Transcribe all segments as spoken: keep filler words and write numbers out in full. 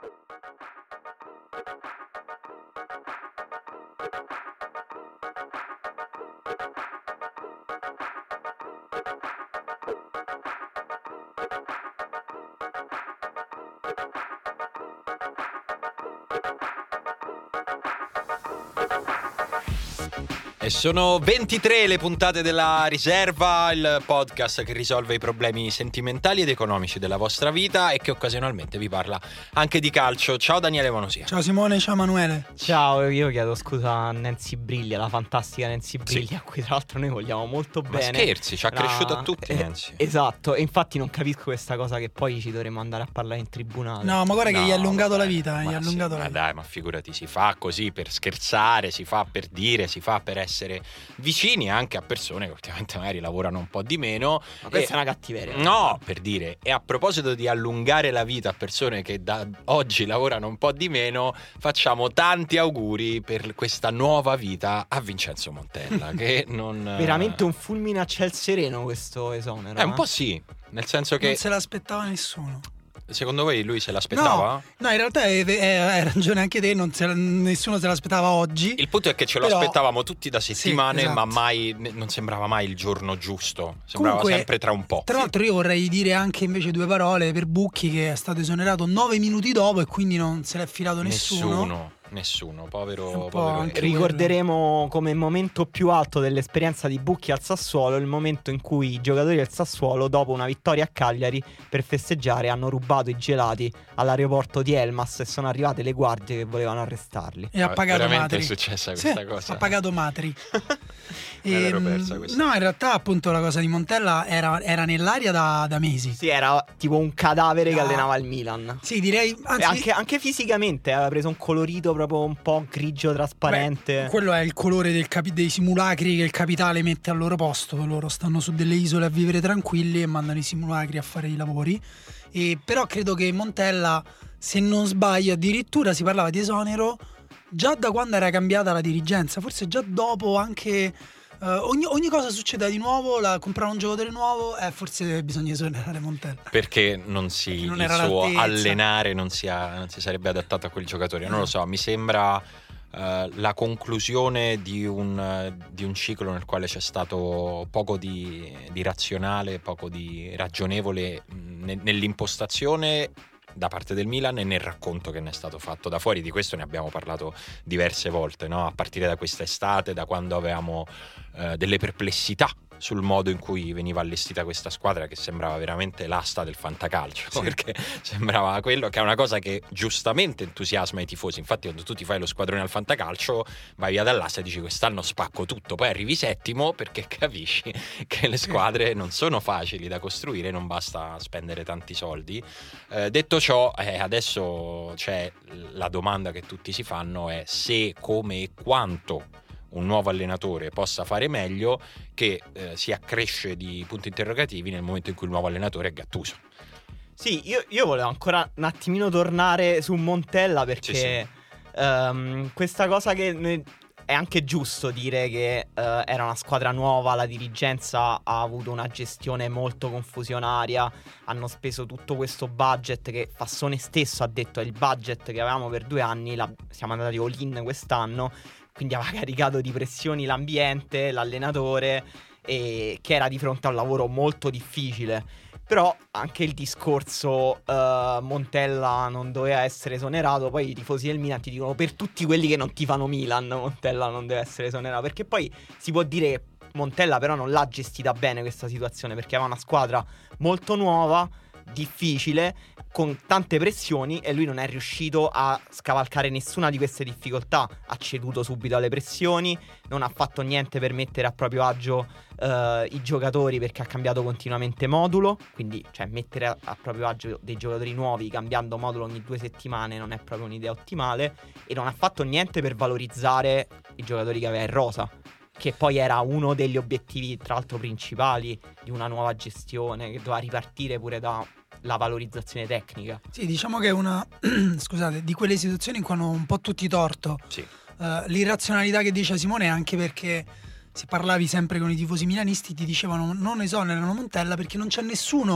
E sono ventitré le puntate della Riserva, il podcast che risolve i problemi sentimentali ed economici della vostra vita e che occasionalmente vi parla anche di calcio. Ciao Daniele Monosia. Ciao Simone, ciao Emanuele. Ciao, io chiedo scusa a Nancy Briglia, la fantastica Nancy Briglia, sì, a cui tra l'altro noi vogliamo molto Ma bene. scherzi, ci ha la... cresciuto a tutti eh, Nancy. Esatto, e infatti non capisco questa cosa che poi ci dovremmo andare a parlare in tribunale. No, ma guarda che No, gli ha allungato vabbè, la vita, gli ha sì, allungato ma la vita. dai, ma figurati, si fa così per scherzare, si fa per dire, si fa per essere vicini anche a persone che ultimamente magari lavorano un po' di meno. Ma questa e... è una cattiveria. No, per dire. E a proposito di allungare la vita a persone che da oggi lavorano un po' di meno, facciamo tanti auguri per questa nuova vita a Vincenzo Montella che non... Veramente un fulmine a ciel sereno questo esonero. Eh, un eh? po' sì, nel senso che... Non se l'aspettava nessuno. Secondo voi lui se l'aspettava? No, no, in realtà hai, hai ragione anche te, non se, nessuno se l'aspettava oggi. Il punto è che ce lo Però... aspettavamo tutti da settimane, sì, esatto. ma mai non sembrava mai il giorno giusto. Sembrava Comunque, sempre tra un po'. Tra l'altro io vorrei dire anche invece due parole per Bucchi, che è stato esonerato nove minuti dopo e quindi non se l'è filato nessuno. Nessuno, nessuno, povero, povero anche Ricorderemo come momento più alto dell'esperienza di Bucchi al Sassuolo il momento in cui i giocatori del Sassuolo, dopo una vittoria a Cagliari, per festeggiare hanno rubato i gelati all'aeroporto di Elmas e sono arrivate le guardie che volevano arrestarli. E ha pagato veramente Matri. è successa questa sì, cosa. Ha pagato Matri. Me l'ero E, persa questa. no, in realtà appunto la cosa di Montella era, era nell'aria da, da mesi. Sì, era tipo un cadavere No. che allenava il Milan. Sì, direi anzi, E anche, anche fisicamente aveva preso un colorito proprio un po' grigio trasparente. beh, quello è il colore del capi- dei simulacri che il capitale mette al loro posto. Loro stanno su delle isole a vivere tranquilli e mandano i simulacri a fare i lavori. E però credo che Montella, se non sbaglio, addirittura si parlava di esonero già da quando era cambiata la dirigenza, forse già dopo anche. Uh, ogni, ogni cosa succeda di nuovo, la, comprare un giocatore nuovo, eh, forse bisogna esonerare Montella. Perché non si non il era suo all'altezza. allenare non, sia, non si sarebbe adattato a quel giocatore. Non lo so, mi sembra uh, la conclusione di un, uh, di un ciclo nel quale c'è stato poco di, di razionale, poco di ragionevole mh, nell'impostazione da parte del Milan e nel racconto che ne è stato fatto da fuori. Di questo ne abbiamo parlato diverse volte, no? A partire da quest'estate, da quando avevamo eh, delle perplessità sul modo in cui veniva allestita questa squadra, che sembrava veramente l'asta del fantacalcio, sì. Perché sembrava quello che è una cosa che giustamente entusiasma i tifosi. Infatti quando tu ti fai lo squadrone al fantacalcio vai via dall'asta e dici quest'anno spacco tutto, poi arrivi settimo perché capisci che le squadre non sono facili da costruire, non basta spendere tanti soldi. Eh, detto ciò, eh, adesso c'è la domanda che tutti si fanno, è se, come e quanto un nuovo allenatore possa fare meglio, che eh, si accresce di punti interrogativi nel momento in cui il nuovo allenatore è Gattuso. Sì, io, io volevo ancora un attimino tornare su Montella perché Sì, sì. Um, questa cosa che noi, è anche giusto dire che uh, era una squadra nuova, la dirigenza ha avuto una gestione molto confusionaria, hanno speso tutto questo budget che Fassone stesso ha detto è il budget che avevamo per due anni, la, siamo andati all-in quest'anno, quindi aveva caricato di pressioni l'ambiente, l'allenatore, e che era di fronte a un lavoro molto difficile. Però anche il discorso uh, Montella non doveva essere esonerato, poi i tifosi del Milan ti dicono per tutti quelli che non tifano Milan Montella non deve essere esonerato, perché poi si può dire che Montella però non l'ha gestita bene questa situazione, perché aveva una squadra molto nuova, difficile, con tante pressioni, e lui non è riuscito a scavalcare nessuna di queste difficoltà. Ha ceduto subito alle pressioni, non ha fatto niente per mettere a proprio agio uh, i giocatori, perché ha cambiato continuamente modulo, quindi cioè mettere a, a proprio agio dei giocatori nuovi cambiando modulo ogni due settimane non è proprio un'idea ottimale, e non ha fatto niente per valorizzare i giocatori che aveva in rosa, che poi era uno degli obiettivi tra l'altro principali di una nuova gestione, che doveva ripartire pure da la valorizzazione tecnica. Sì, diciamo che è una scusate, di quelle situazioni in cui hanno un po' tutti torto. Sì. Uh, l'irrazionalità che dice Simone è anche perché, se parlavi sempre con i tifosi milanisti, ti dicevano non esonerano Montella perché non c'è nessuno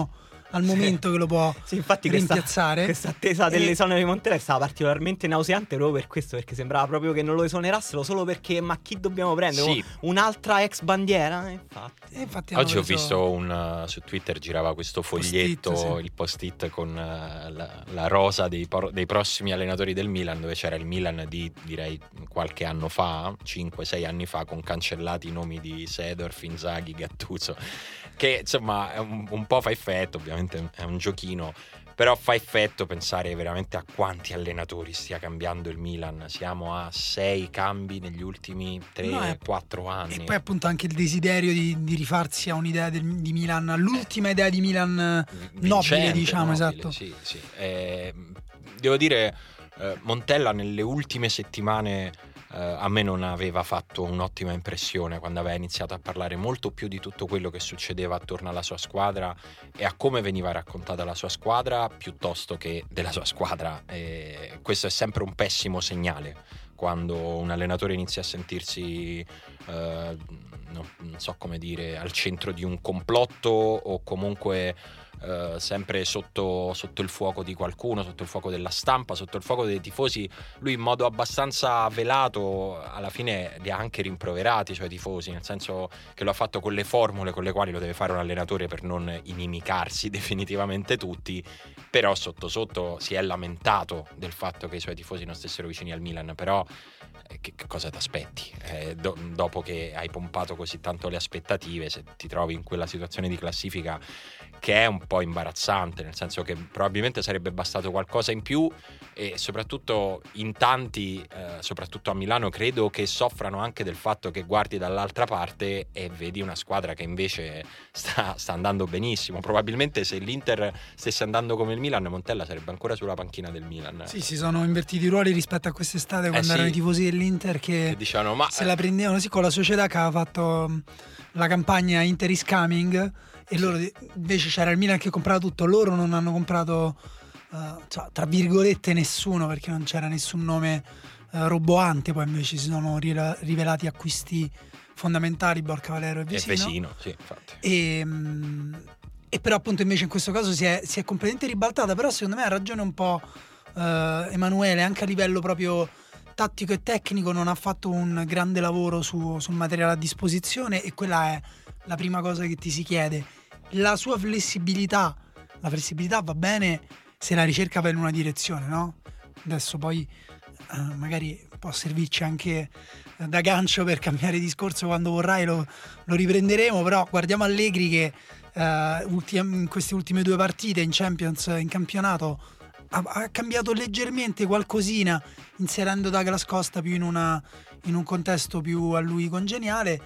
al momento che lo può sì, infatti questa, rimpiazzare. Questa attesa dell'esonero di Montella è stata particolarmente nauseante proprio per questo, perché sembrava proprio che non lo esonerassero solo perché ma chi dobbiamo prendere? Sì. Un'altra ex bandiera? Infatti. E infatti Oggi hanno ho preso- visto un, uh, su Twitter girava questo foglietto, Post-it, sì. il post-it con uh, la, la rosa dei, por- dei prossimi allenatori del Milan, dove c'era il Milan di direi qualche anno fa, cinque sei anni fa, con cancellati i nomi di Seedorf, Inzaghi, Gattuso, che insomma è un, un po' fa effetto, ovviamente è un giochino, però fa effetto pensare veramente a quanti allenatori stia cambiando il Milan. Siamo a sei cambi negli ultimi tre quattro anni. E poi appunto anche il desiderio di, di rifarsi a un'idea del, di Milan, l'ultima idea di Milan Vincente, nobile, diciamo, nobile, esatto. Sì, sì. Eh, devo dire, eh, Montella nelle ultime settimane eh, a me non aveva fatto un'ottima impressione quando aveva iniziato a parlare molto più di tutto quello che succedeva attorno alla sua squadra e a come veniva raccontata la sua squadra piuttosto che della sua squadra. E questo è sempre un pessimo segnale quando un allenatore inizia a sentirsi eh, no, non so come dire, al centro di un complotto o comunque Uh, sempre sotto, sotto il fuoco di qualcuno, sotto il fuoco della stampa, sotto il fuoco dei tifosi. Lui in modo abbastanza velato alla fine li ha anche rimproverati, cioè i tifosi, nel senso che lo ha fatto con le formule con le quali lo deve fare un allenatore per non inimicarsi definitivamente tutti, però sotto sotto si è lamentato del fatto che i suoi tifosi non stessero vicini al Milan. Però eh, che, che cosa ti aspetti? Eh, do, dopo che hai pompato così tanto le aspettative, se ti trovi in quella situazione di classifica che è un po' imbarazzante, nel senso che probabilmente sarebbe bastato qualcosa in più, e soprattutto in tanti, eh, soprattutto a Milano, credo che soffrano anche del fatto che guardi dall'altra parte e vedi una squadra che invece sta, sta andando benissimo. Probabilmente se l'Inter stesse andando come il Milan, Montella sarebbe ancora sulla panchina del Milan. Sì, si sono invertiti i ruoli rispetto a quest'estate quando Eh sì. erano i tifosi dell'Inter che, Che dicevano, ma se la prendevano sì con la società che aveva fatto mh, la campagna Inter is coming, e loro invece c'era il Milan che comprava tutto, loro non hanno comprato uh, cioè, tra virgolette nessuno, perché non c'era nessun nome uh, roboante. Poi invece si sono rila- rivelati acquisti fondamentali, Borca Valero e Vesino, è Vesino, sì, infatti. e, mh, e però appunto invece in questo caso si è, si è completamente ribaltata. Però secondo me ha ragione un po' uh, Emanuele, anche a livello proprio tattico e tecnico non ha fatto un grande lavoro su, sul materiale a disposizione, e quella è la prima cosa che ti si chiede. La sua flessibilità, la flessibilità va bene se la ricerca va in una direzione, no? Adesso poi eh, magari può servirci anche eh, da gancio per cambiare discorso quando vorrai, lo, lo riprenderemo. Però guardiamo Allegri che eh, ultim- in queste ultime due partite in Champions, in campionato, ha, ha cambiato leggermente qualcosina, inserendo Douglas Costa più in, una, in un contesto più a lui congeniale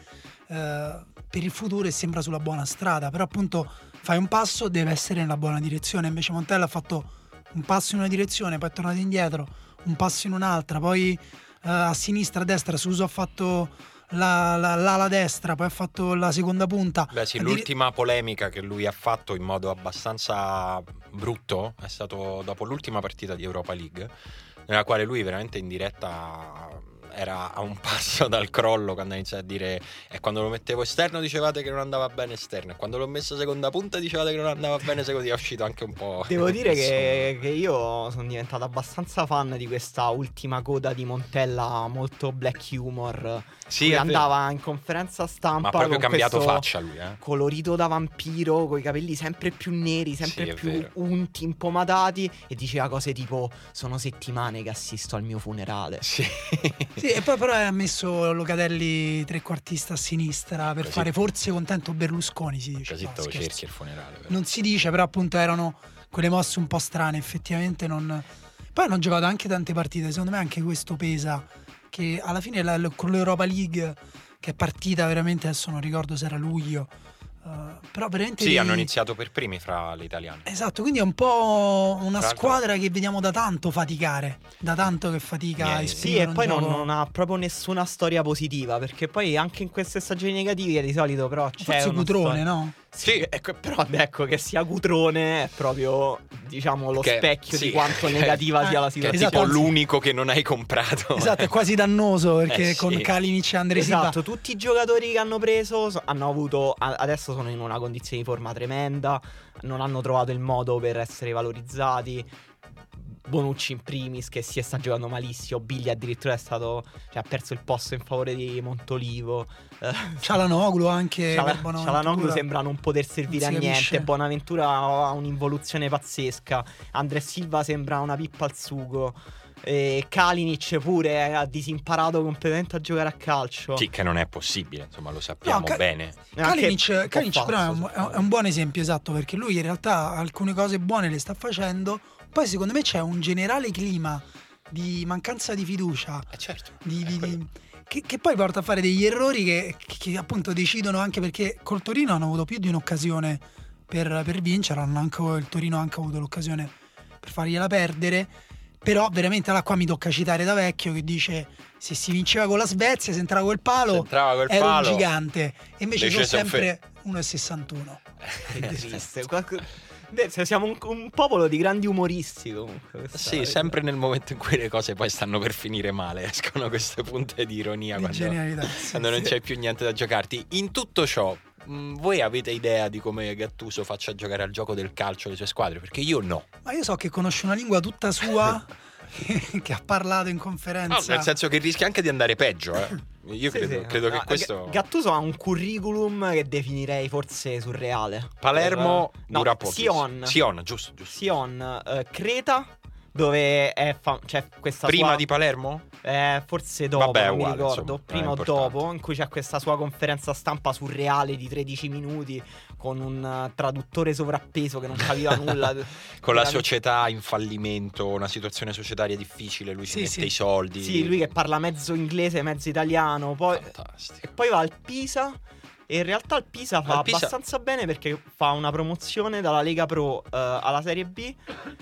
eh, per il futuro, e sembra sulla buona strada. Però appunto fai un passo, deve essere nella buona direzione. Invece Montella ha fatto un passo in una direzione, poi è tornato indietro, un passo in un'altra, poi eh, a sinistra, a destra. Suso ha fatto la, la, l'ala destra, poi ha fatto la seconda punta. Beh sì, Addir- l'ultima polemica che lui ha fatto in modo abbastanza brutto è stato dopo l'ultima partita di Europa League, nella quale lui veramente in diretta era a un passo dal crollo, quando inizia a dire e quando lo mettevo esterno dicevate che non andava bene esterno, e quando l'ho messo seconda punta dicevate che non andava bene seconda. È uscito anche un po'. Devo dire che, che io sono diventato abbastanza fan di questa ultima coda di Montella, molto black humor. Sì, che è andava vero. in conferenza stampa, Ma ha proprio con cambiato questo faccia lui, eh? colorito da vampiro, coi capelli sempre più neri, sempre Sì, è più vero. unti, impomadati, e diceva cose tipo sono settimane che assisto al mio funerale. Sì. Sì, e poi però ha messo Locatelli trequartista a sinistra per Così. fare forse contento Berlusconi, si dice. Così No, te lo scherzo. cerchi il funerale, vero? Non si dice, però appunto erano quelle mosse un po' strane, effettivamente non... Poi hanno giocato anche tante partite, secondo me anche questo pesa, che alla fine la, con l'Europa League, che è partita veramente, adesso non ricordo se era luglio, uh, però veramente... Sì, dei- hanno iniziato per primi fra le italiane. Esatto, quindi è un po' una Tra l'altro- squadra che vediamo da tanto faticare, da tanto che fatica a Niente. Sì, esprimere e un poi non, gioco- non ha proprio nessuna storia positiva, perché poi anche in queste stagioni negative di solito però c'è Forse una Cutrone, storia- no? Sì, ecco, però ecco che sia Cutrone è proprio, diciamo, lo che, specchio sì. di quanto negativa sia la che situazione. è tipo l'unico che non hai comprato. Esatto, è quasi dannoso perché Eh, con sì. Kalinic e Andrei Silva. Esatto, tutti i giocatori che hanno preso so- hanno avuto a- adesso sono in una condizione di forma tremenda, non hanno trovato il modo per essere valorizzati. Bonucci in primis, che si sta giocando malissimo. Billy addirittura è stato, cioè, ha perso il posto in favore di Montolivo. eh, Cialanoglu anche. Ciala- per Bonaventura. Cialanoglu sembra non poter servire Non a si niente. capisce. Bonaventura ha un'involuzione pazzesca. André Silva sembra una pippa al sugo. E Kalinic pure ha disimparato completamente a giocare a calcio. Sì, che non è possibile, insomma, lo sappiamo No, Ka- bene. E anche Kalinic, un po' Kalinic però è un, falso, è un buon esempio, esatto, perché lui in realtà alcune cose buone le sta facendo. Poi secondo me c'è un generale clima di mancanza di fiducia, Eh certo. di- è di- quello. di- che, che poi porta a fare degli errori che, che- che appunto decidono, anche perché col Torino hanno avuto più di un'occasione per, per vincere, hanno anche, il Torino ha anche avuto l'occasione per fargliela perdere. Però veramente là qua mi tocca citare da vecchio che dice: se si vinceva con la Svezia, se entrava quel palo, Se entrava quel era palo, un gigante. E invece invece sono son sempre uno virgola sessantuno. Che triste. Qualche- Beh, siamo un, un popolo di grandi umoristi comunque. questa Sì, è- sempre nel momento in cui le cose poi stanno per finire male, escono queste punte di ironia Di quando, genialità. Sì, quando non sì. c'è più niente da giocarti. In tutto ciò, mh, voi avete idea di come Gattuso faccia giocare al gioco del calcio le sue squadre? Perché io no. Ma io so che conosce una lingua tutta sua che ha parlato in conferenza. No, nel senso che rischia anche di andare peggio, eh. Io Sì, credo, sì. credo No, che questo... G- Gattuso ha un curriculum che definirei forse surreale. Palermo Per- no, dura poco. Sion. Sion, giusto, giusto. Sion, eh, Creta, dove è fa- c'è questa Prima sua... di Palermo? Eh, forse dopo, Vabbè, non mi uguale, ricordo, insomma, prima è o importante. dopo, in cui c'è questa sua conferenza stampa surreale di tredici minuti con un uh, traduttore sovrappeso che non capiva nulla. Con la Veramente- società in fallimento, una situazione societaria difficile, lui si Sì, mette sì. i soldi. Sì, lui che parla mezzo inglese, mezzo italiano, poi... Fantastico. E poi va al Pisa. E in realtà il Pisa fa Al Pisa- abbastanza bene perché fa una promozione dalla Lega Pro eh, alla Serie B.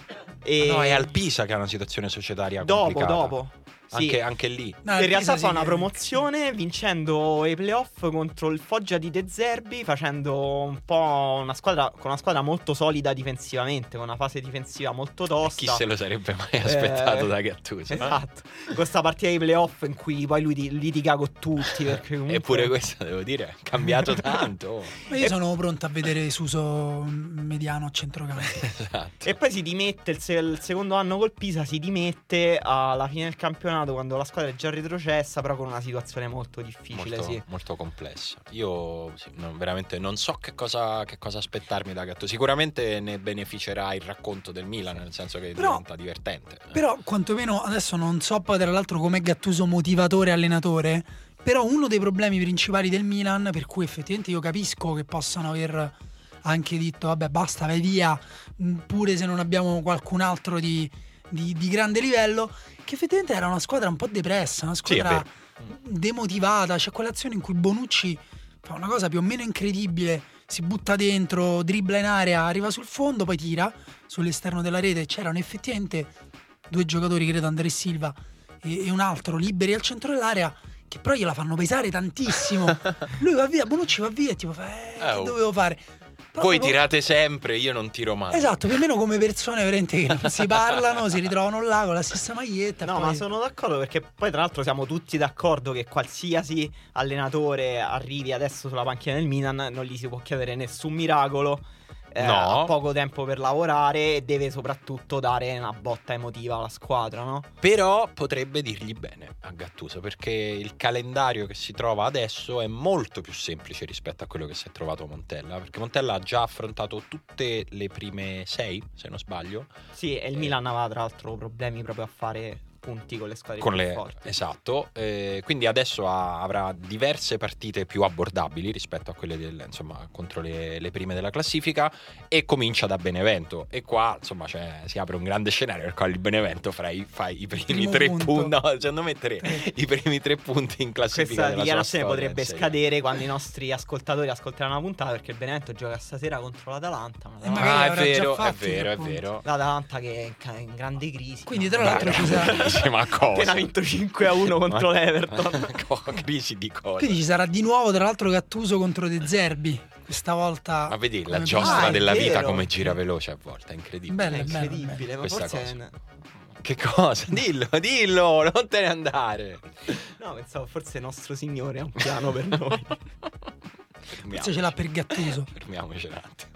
E No, è al Pisa che ha una situazione societaria dopo, complicata. dopo. Sì. Anche, anche lì. No, In il realtà Pisa fa sì una che- promozione vincendo i playoff contro il Foggia di De Zerbi, facendo un po' una squadra con una squadra molto solida difensivamente, con una fase difensiva molto tosta. Chi se lo sarebbe mai aspettato Eh, da Gattuso? Esatto. Questa partita di playoff in cui poi lui ti- litiga con tutti. Perché comunque... Eppure questo, devo dire, è cambiato tanto. Ma io sono pronto a vedere Suso mediano a centrocampo. Esatto. E poi si dimette il, se- il secondo anno col Pisa, si dimette alla fine del campionato quando la squadra è già retrocessa, però con una situazione molto difficile. Molto, Sì. molto complessa. Io sì, no, veramente non so che cosa, che cosa aspettarmi da Gattuso. Sicuramente ne beneficerà il racconto del Milan, nel senso che Però- diventa divertente. Però quantomeno adesso non so poi tra l'altro com'è Gattuso motivatore allenatore. Però uno dei problemi principali del Milan, per cui effettivamente io capisco che possano aver anche detto vabbè basta, vai via, mh, pure se non abbiamo qualcun altro di, di- di grande livello, che effettivamente era una squadra un po' depressa, una Sì, è squadra vero. demotivata. C'è quell'azione in cui Bonucci fa una cosa più o meno incredibile, si butta dentro, dribbla in area, arriva sul fondo, poi tira sull'esterno della rete. C'erano effettivamente due giocatori, credo André Silva e, e un altro, liberi al centro dell'area, che però gliela fanno pesare tantissimo. Lui va via, Bonucci va via e tipo fa, eh, Eh, che oh. dovevo fare? Però Voi dopo- tirate sempre, io non tiro mai. Esatto, più o meno come persone veramente che non si parlano, si ritrovano là con la stessa maglietta. e No, poi- ma sono d'accordo perché poi tra l'altro siamo tutti d'accordo che qualsiasi allenatore arrivi adesso sulla panchina del Milan non gli si può chiedere nessun miracolo. eh, No. Ha poco tempo per lavorare e deve soprattutto dare una botta emotiva alla squadra, no? Però potrebbe dirgli bene a Gattuso, perché il calendario che si trova adesso è molto più semplice rispetto a quello che si è trovato Montella, perché Montella ha già affrontato tutte le prime sei, se non sbaglio, Sì, e il Eh. Milan aveva tra l'altro problemi proprio a fare punti con le squadre con più le... forti. esatto, eh, quindi adesso ha- avrà diverse partite più abbordabili rispetto a quelle del, insomma, contro le, le prime della classifica, e comincia da Benevento, e qua insomma cioè, si apre un grande scenario per cui il Benevento fra i, fa i primi Primo tre punto. punti, no, secondo me tre, i primi tre punti in classifica Questa della sua dichiarazione storia potrebbe in Serie A. scadere quando i nostri ascoltatori ascolteranno la puntata, perché il Benevento gioca stasera contro l'Atalanta. ma E magari Ah, è avrà già vero, è fatto i vero, tre è punti. vero. L'Atalanta che è in ca- in grande crisi. Quindi, no? tra l'altro, ci sarà- Sì, ma cosa? Appena vinto cinque a uno contro Ma- l'Everton. Co- crisi di cosa? Quindi ci sarà di nuovo tra l'altro Gattuso contro De Zerbi. questa volta. Ma vedi la come giostra Ah, è della vita vero. come gira veloce a volte, è incredibile. Bella, È bella, incredibile, ma Questa forse cosa. è- Che cosa? Dillo, dillo, non te ne andare. No, pensavo forse nostro Signore ha un piano per noi. Forse ce l'ha per Gattuso. Fermiamoci un attimo.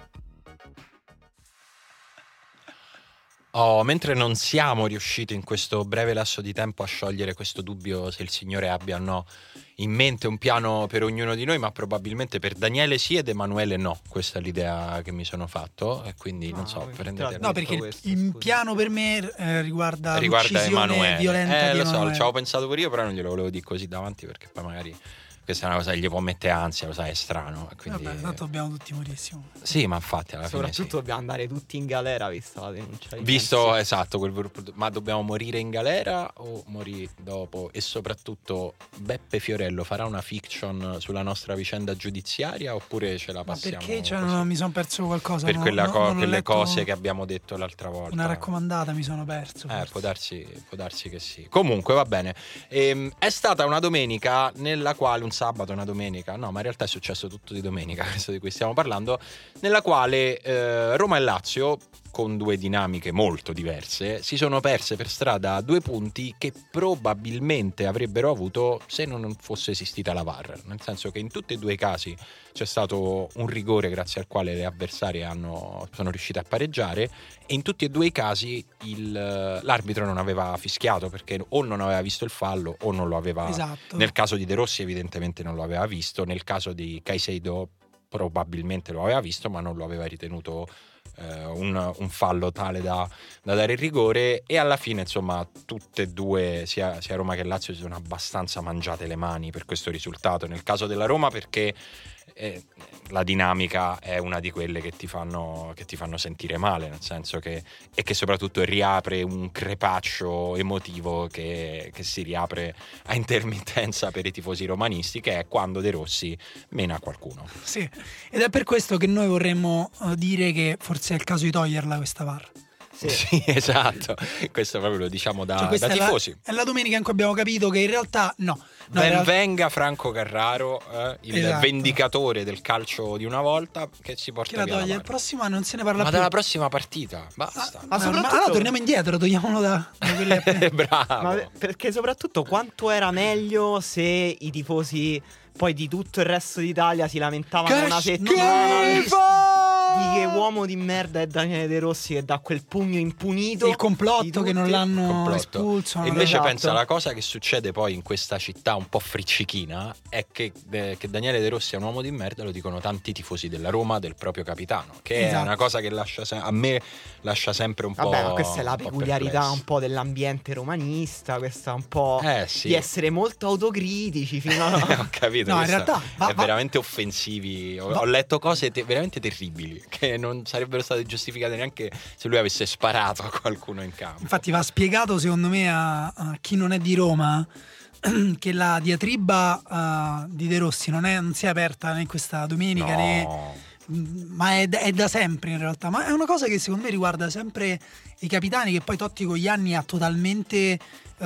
Oh, mentre non siamo riusciti in questo breve lasso di tempo a sciogliere questo dubbio se il Signore abbia o no in mente un piano per ognuno di noi, ma probabilmente per Daniele sì ed Emanuele no. Questa è l'idea che mi sono fatto e quindi non No, so, perché prendete tra- No, perché il, questo, il scusa. piano per me eh, riguarda, riguarda l'uccisione Emanuele. violenta Eh, di lo so, Emanuele. ci avevo pensato pure io, però non glielo volevo dire così davanti perché poi magari questa è una cosa che gli può mettere ansia, lo sai, è strano. e Quindi... Vabbè, tanto dobbiamo tutti morissimo. Sì, ma infatti alla fine Soprattutto sì. dobbiamo andare tutti in galera vista la denuncia. di Visto, Renzi. esatto, quel... ma dobbiamo morire in galera o morire dopo? E soprattutto Beppe Fiorello farà una fiction sulla nostra vicenda giudiziaria oppure ce la Ma passiamo perché cioè, così? non mi sono perso qualcosa? Per non- quella non- co- non ho quelle letto cose che abbiamo detto l'altra volta. Una raccomandata mi sono perso. Eh, forse. può darsi, può darsi che sì. Comunque va bene. Ehm, è stata una domenica nella quale, un sabato, una domenica, no, ma in realtà è successo tutto di domenica, questo di cui stiamo parlando, nella quale eh, Roma e Lazio, con due dinamiche molto diverse, si sono perse per strada due punti che probabilmente avrebbero avuto se non fosse esistita la V A R. Nel senso che in tutti e due i casi c'è stato un rigore grazie al quale le avversarie hanno, sono riuscite a pareggiare e in tutti e due i casi il, l'arbitro non aveva fischiato perché o non aveva visto il fallo o non lo aveva. Esatto. Nel caso di De Rossi evidentemente non lo aveva visto, nel caso di Caicedo probabilmente lo aveva visto ma non lo aveva ritenuto eh, un, un fallo tale da, da dare il rigore e alla fine insomma tutte e due sia, sia Roma che Lazio si sono abbastanza mangiate le mani per questo risultato. Nel caso della Roma perché eh, la dinamica è una di quelle che ti fanno che ti fanno sentire male, nel senso che e che soprattutto riapre un crepaccio emotivo che, che si riapre a intermittenza per i tifosi romanisti, che è quando De Rossi mena qualcuno. Sì, ed è per questo che noi vorremmo eh, dire che forse è il caso di toglierla questa V A R. Sì. Sì, esatto, questo proprio lo diciamo da, Cioè, questa da è la- tifosi. È la domenica in cui abbiamo capito che in realtà no. no in Ben realtà- venga Franco Carraro, eh, il Esatto. vendicatore del calcio di una volta, che si porta che la via la toglie V A il R. prossimo anno non se ne parla Ma più. dalla prossima partita, Ah, basta. ma, Ma ma soprattutto- allora torniamo indietro, togliamolo da, da quelle appena- Bravo. Ma per- perché soprattutto quanto era meglio se i tifosi poi di tutto il resto d'Italia si lamentavano Che una settimana di, schifo! di che uomo di merda è Daniele De Rossi che dà quel pugno impunito. il complotto di che non tutti. l'hanno Complotto. espulso. E non invece l'hanno- pensa, la cosa che succede poi in questa città un po' friccichina è che, eh, che Daniele De Rossi è un uomo di merda, lo dicono tanti tifosi della Roma, del proprio capitano, che Esatto. è una cosa che lascia se- a me lascia sempre un po'. Vabbè, ma questa è la un po' peculiarità perplesso. un po' dell'ambiente romanista, questa un po' Eh sì. di essere molto autocritici fino a... Ho capito. No, in questa realtà va- è va- veramente offensivi. Ho, va- ho letto cose te- veramente terribili che non sarebbero state giustificate neanche se lui avesse sparato a qualcuno in campo. Infatti va spiegato secondo me a, a chi non è di Roma che la diatriba uh, di De Rossi non, è, non si è aperta né questa domenica né, No. ma è da, è da sempre in realtà, ma è una cosa che secondo me riguarda sempre i capitani, che poi Totti con gli anni ha totalmente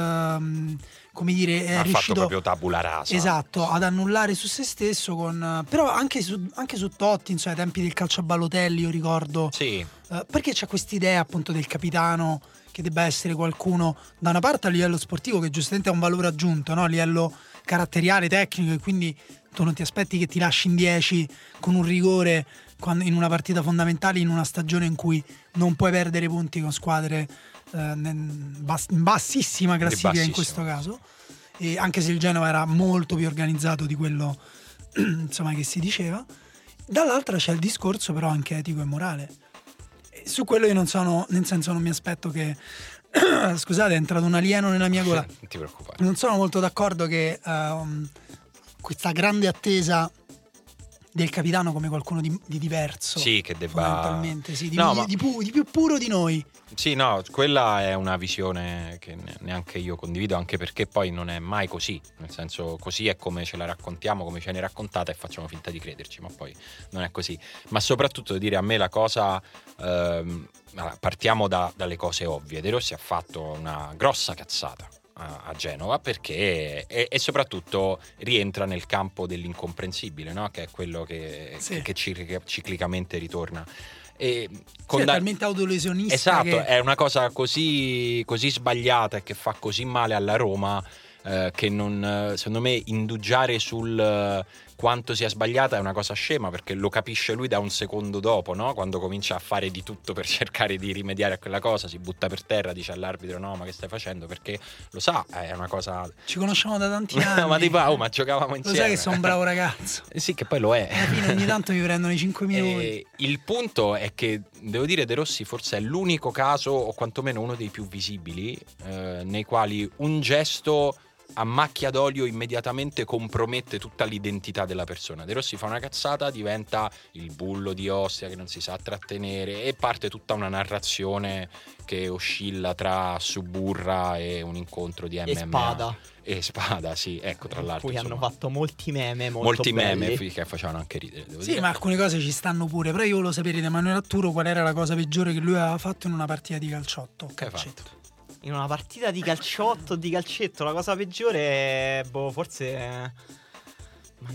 ehm, come dire è Ha fatto riuscito proprio tabula rasa. esatto ad annullare su se stesso con, però anche su, anche su Totti, insomma, ai tempi del calcio a Balotelli io ricordo Sì. eh, perché c'è quest'idea appunto del capitano che debba essere qualcuno da una parte a livello sportivo che giustamente ha un valore aggiunto, no? A livello caratteriale, tecnico, e quindi tu non ti aspetti che ti lasci in dieci con un rigore quando, in una partita fondamentale, in una stagione in cui non puoi perdere punti con squadre eh, in bass- in bassissima classifica in questo caso, e anche se il Genova era molto più organizzato di quello insomma che si diceva. Dall'altra c'è il discorso però anche etico e morale. Su quello io non sono, nel senso non mi aspetto che scusate, è entrato un alieno nella mia gola. Non ti preoccupare. Non sono molto d'accordo che um, questa grande attesa del capitano come qualcuno di, di diverso, Sì, che debba- fondamentalmente, sì, di, No, di- ma- di pu- di più puro di noi. Sì, no, quella è una visione che ne- neanche io condivido, anche perché poi non è mai così, nel senso così è come ce la raccontiamo, come ce ne raccontata e facciamo finta di crederci, ma poi non è così. Ma soprattutto devo dire, a me la cosa, ehm, allora, partiamo da- dalle cose ovvie. De Rossi ha fatto una grossa cazzata, a, a Genova, perché e, e soprattutto rientra nel campo dell'incomprensibile, no? Che è quello che, Sì. che, che ciclic- ciclicamente ritorna. E Sì, è da- talmente autolesionista esatto, che... è una cosa così, così sbagliata e che fa così male alla Roma, eh, che non, eh, secondo me indugiare sul eh, quanto sia sbagliata è una cosa scema, perché lo capisce lui da un secondo dopo, no? Quando comincia a fare di tutto per cercare di rimediare a quella cosa, si butta per terra, dice all'arbitro no, ma che stai facendo? Perché lo sa, è una cosa... Ci conosciamo da tanti anni. ma tipo, oh, ma giocavamo Lo insieme. sai che sono un bravo ragazzo. Eh sì, che poi lo è. Alla fine ogni tanto mi prendono i cinque minuti. E il punto è che devo dire De Rossi forse è l'unico caso, o quantomeno uno dei più visibili, eh, nei quali un gesto a macchia d'olio immediatamente compromette tutta l'identità della persona. De Rossi fa una cazzata, diventa il bullo di Ostia che non si sa trattenere, e parte tutta una narrazione che oscilla tra Suburra e un incontro di M M A. E Spada. E Spada, sì, ecco, tra l'altro. Poi insomma, hanno fatto molti meme molto molti belli. meme fi- che facevano anche ridere, devo Sì, dire. ma alcune cose ci stanno pure. Però io volevo sapere da Emanuele Atturo qual era la cosa peggiore che lui aveva fatto in una partita di calciotto. Che hai Calcetto. fatto? In una partita di calciotto, di calcetto, la cosa peggiore è, boh, forse... Ma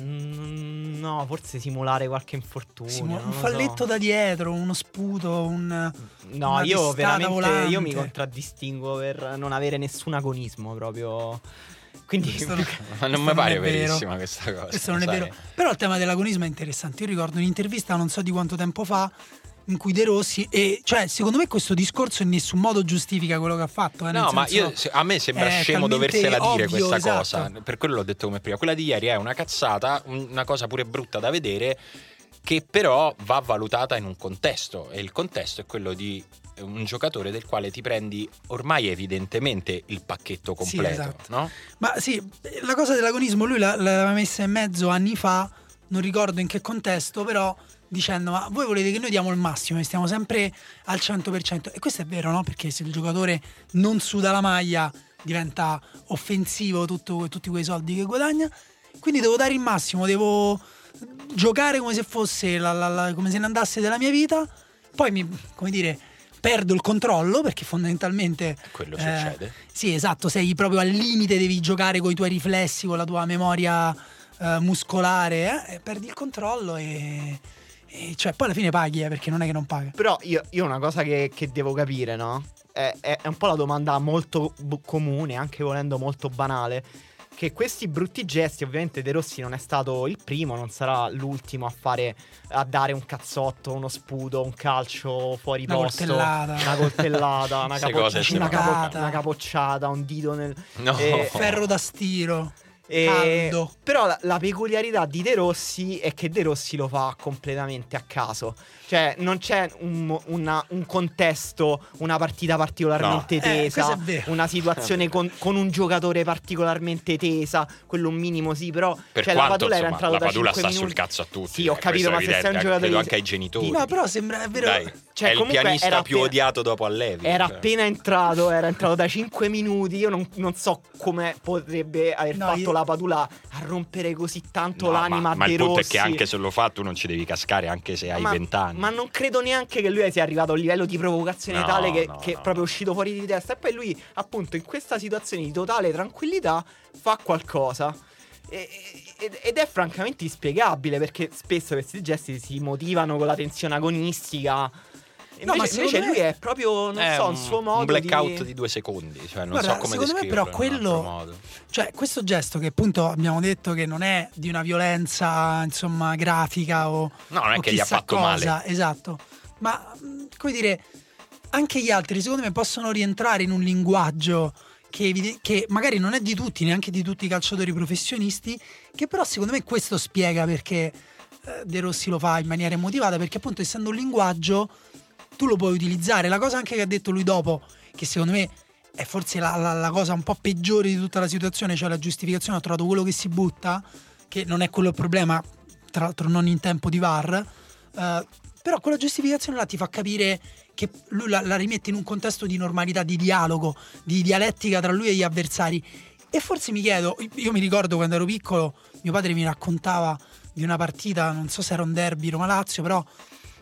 n- no, forse simulare qualche infortunio. Simu- non un lo falletto so. da dietro, uno sputo, un... No, una io testata veramente volante. io mi contraddistingo per non avere nessun agonismo proprio. Quindi Questo non- Ma non questo mi pare è vero. verissima questa cosa. Questo non è sai? vero. Però il tema dell'agonismo è interessante. Io ricordo un'intervista non so di quanto tempo fa in cui De Rossi, e cioè secondo me questo discorso in nessun modo giustifica quello che ha fatto, eh, nel No, ma senso, io, se- a me sembra è scemo talmente doversela dire ovvio, questa esatto. cosa. Per quello l'ho detto come prima. Quella di ieri è una cazzata, un- una cosa pure brutta da vedere, che però va valutata in un contesto. E il contesto è quello di un giocatore del quale ti prendi ormai evidentemente il pacchetto Sì, completo, esatto. no? Ma sì, la cosa dell'agonismo lui la- l'aveva messa in mezzo anni fa, non ricordo in che contesto, però dicendo ma voi volete che noi diamo il massimo e stiamo sempre al cento per cento, e questo è vero, no? Perché se il giocatore non suda la maglia diventa offensivo tutto- tutti quei soldi che guadagna, quindi devo dare il massimo, devo giocare come se fosse la- la- la- come se ne andasse della mia vita, poi mi, come dire, perdo il controllo perché fondamentalmente Quello eh, succede. sì, esatto, sei proprio al limite, devi giocare con i tuoi riflessi, con la tua memoria eh, muscolare, eh, e perdi il controllo e, e cioè poi alla fine paghi, eh, perché non è che non paga. Però io, io una cosa che, che devo capire, no? È, è- è un po' la domanda molto bu- comune, anche volendo molto banale. Che questi brutti gesti, ovviamente De Rossi non è stato il primo, non sarà l'ultimo a fare, a dare un cazzotto, uno sputo, un calcio fuori Una posto, coltellata. una coltellata, una, Queste capo- cose si una, fanno. capo- una capocciata, un dito nel... No. Eh, Ferro da stiro. E- Caldo. Però la, la peculiarità di De Rossi è che De Rossi lo fa completamente a caso. Cioè non c'è un, mo- una- un contesto, una partita particolarmente No. Eh, tesa, questo è vero. una situazione con, con un giocatore particolarmente tesa, quello un minimo sì, però Per cioè, la quanto Padula era insomma, entrato la da Padula cinque sta minuti. sul cazzo a tutti. Sì, ho eh, capito, questo ma è se sei un evidente, giocatore credo di- anche ai genitori. No, però sembra è vero. Dai, Cioè, è il comunque pianista era più appena- odiato dopo Allevi. Era cioè. appena entrato, era entrato da cinque minuti. Io non, non so come potrebbe aver No, fatto io- la Padula a rompere così tanto No, l'anima ma, ma a De il punto Rossi. è che anche se lo fa tu non ci devi cascare anche se hai Ma- vent'anni. Ma non credo neanche che lui sia arrivato a un livello di provocazione No, tale che, no, che no. è proprio uscito fuori di testa. E poi lui, appunto, in questa situazione di totale tranquillità, fa qualcosa. E- ed ed è francamente inspiegabile, perché spesso questi gesti si motivano con la tensione agonistica. No, ma Invece, secondo invece me- lui è proprio, non È so, un, un suo modo un blackout di... di... due secondi, cioè non Guarda, so come secondo me descriverlo però in un altro quello- modo. Cioè, questo gesto che appunto abbiamo detto che non è di una violenza, insomma, grafica o No, non è o che gli ha chissà fatto cosa, male. esatto. Ma mh, come dire, anche gli altri secondo me possono rientrare in un linguaggio che, evide- che magari non è di tutti, neanche di tutti i calciatori professionisti, che però secondo me questo spiega perché eh, De Rossi lo fa in maniera immotivata, perché appunto essendo un linguaggio tu lo puoi utilizzare. La cosa anche che ha detto lui dopo, che secondo me è forse la, la- la cosa un po' peggiore di tutta la situazione, cioè la giustificazione, ha trovato quello che si butta, che non è quello il problema, tra l'altro non in tempo di V A R, eh, però quella giustificazione là ti fa capire che lui la, la rimette in un contesto di normalità, di dialogo, di dialettica tra lui e gli avversari. E forse mi chiedo, io mi ricordo quando ero piccolo, mio padre mi raccontava di una partita, non so se era un derby Roma-Lazio, però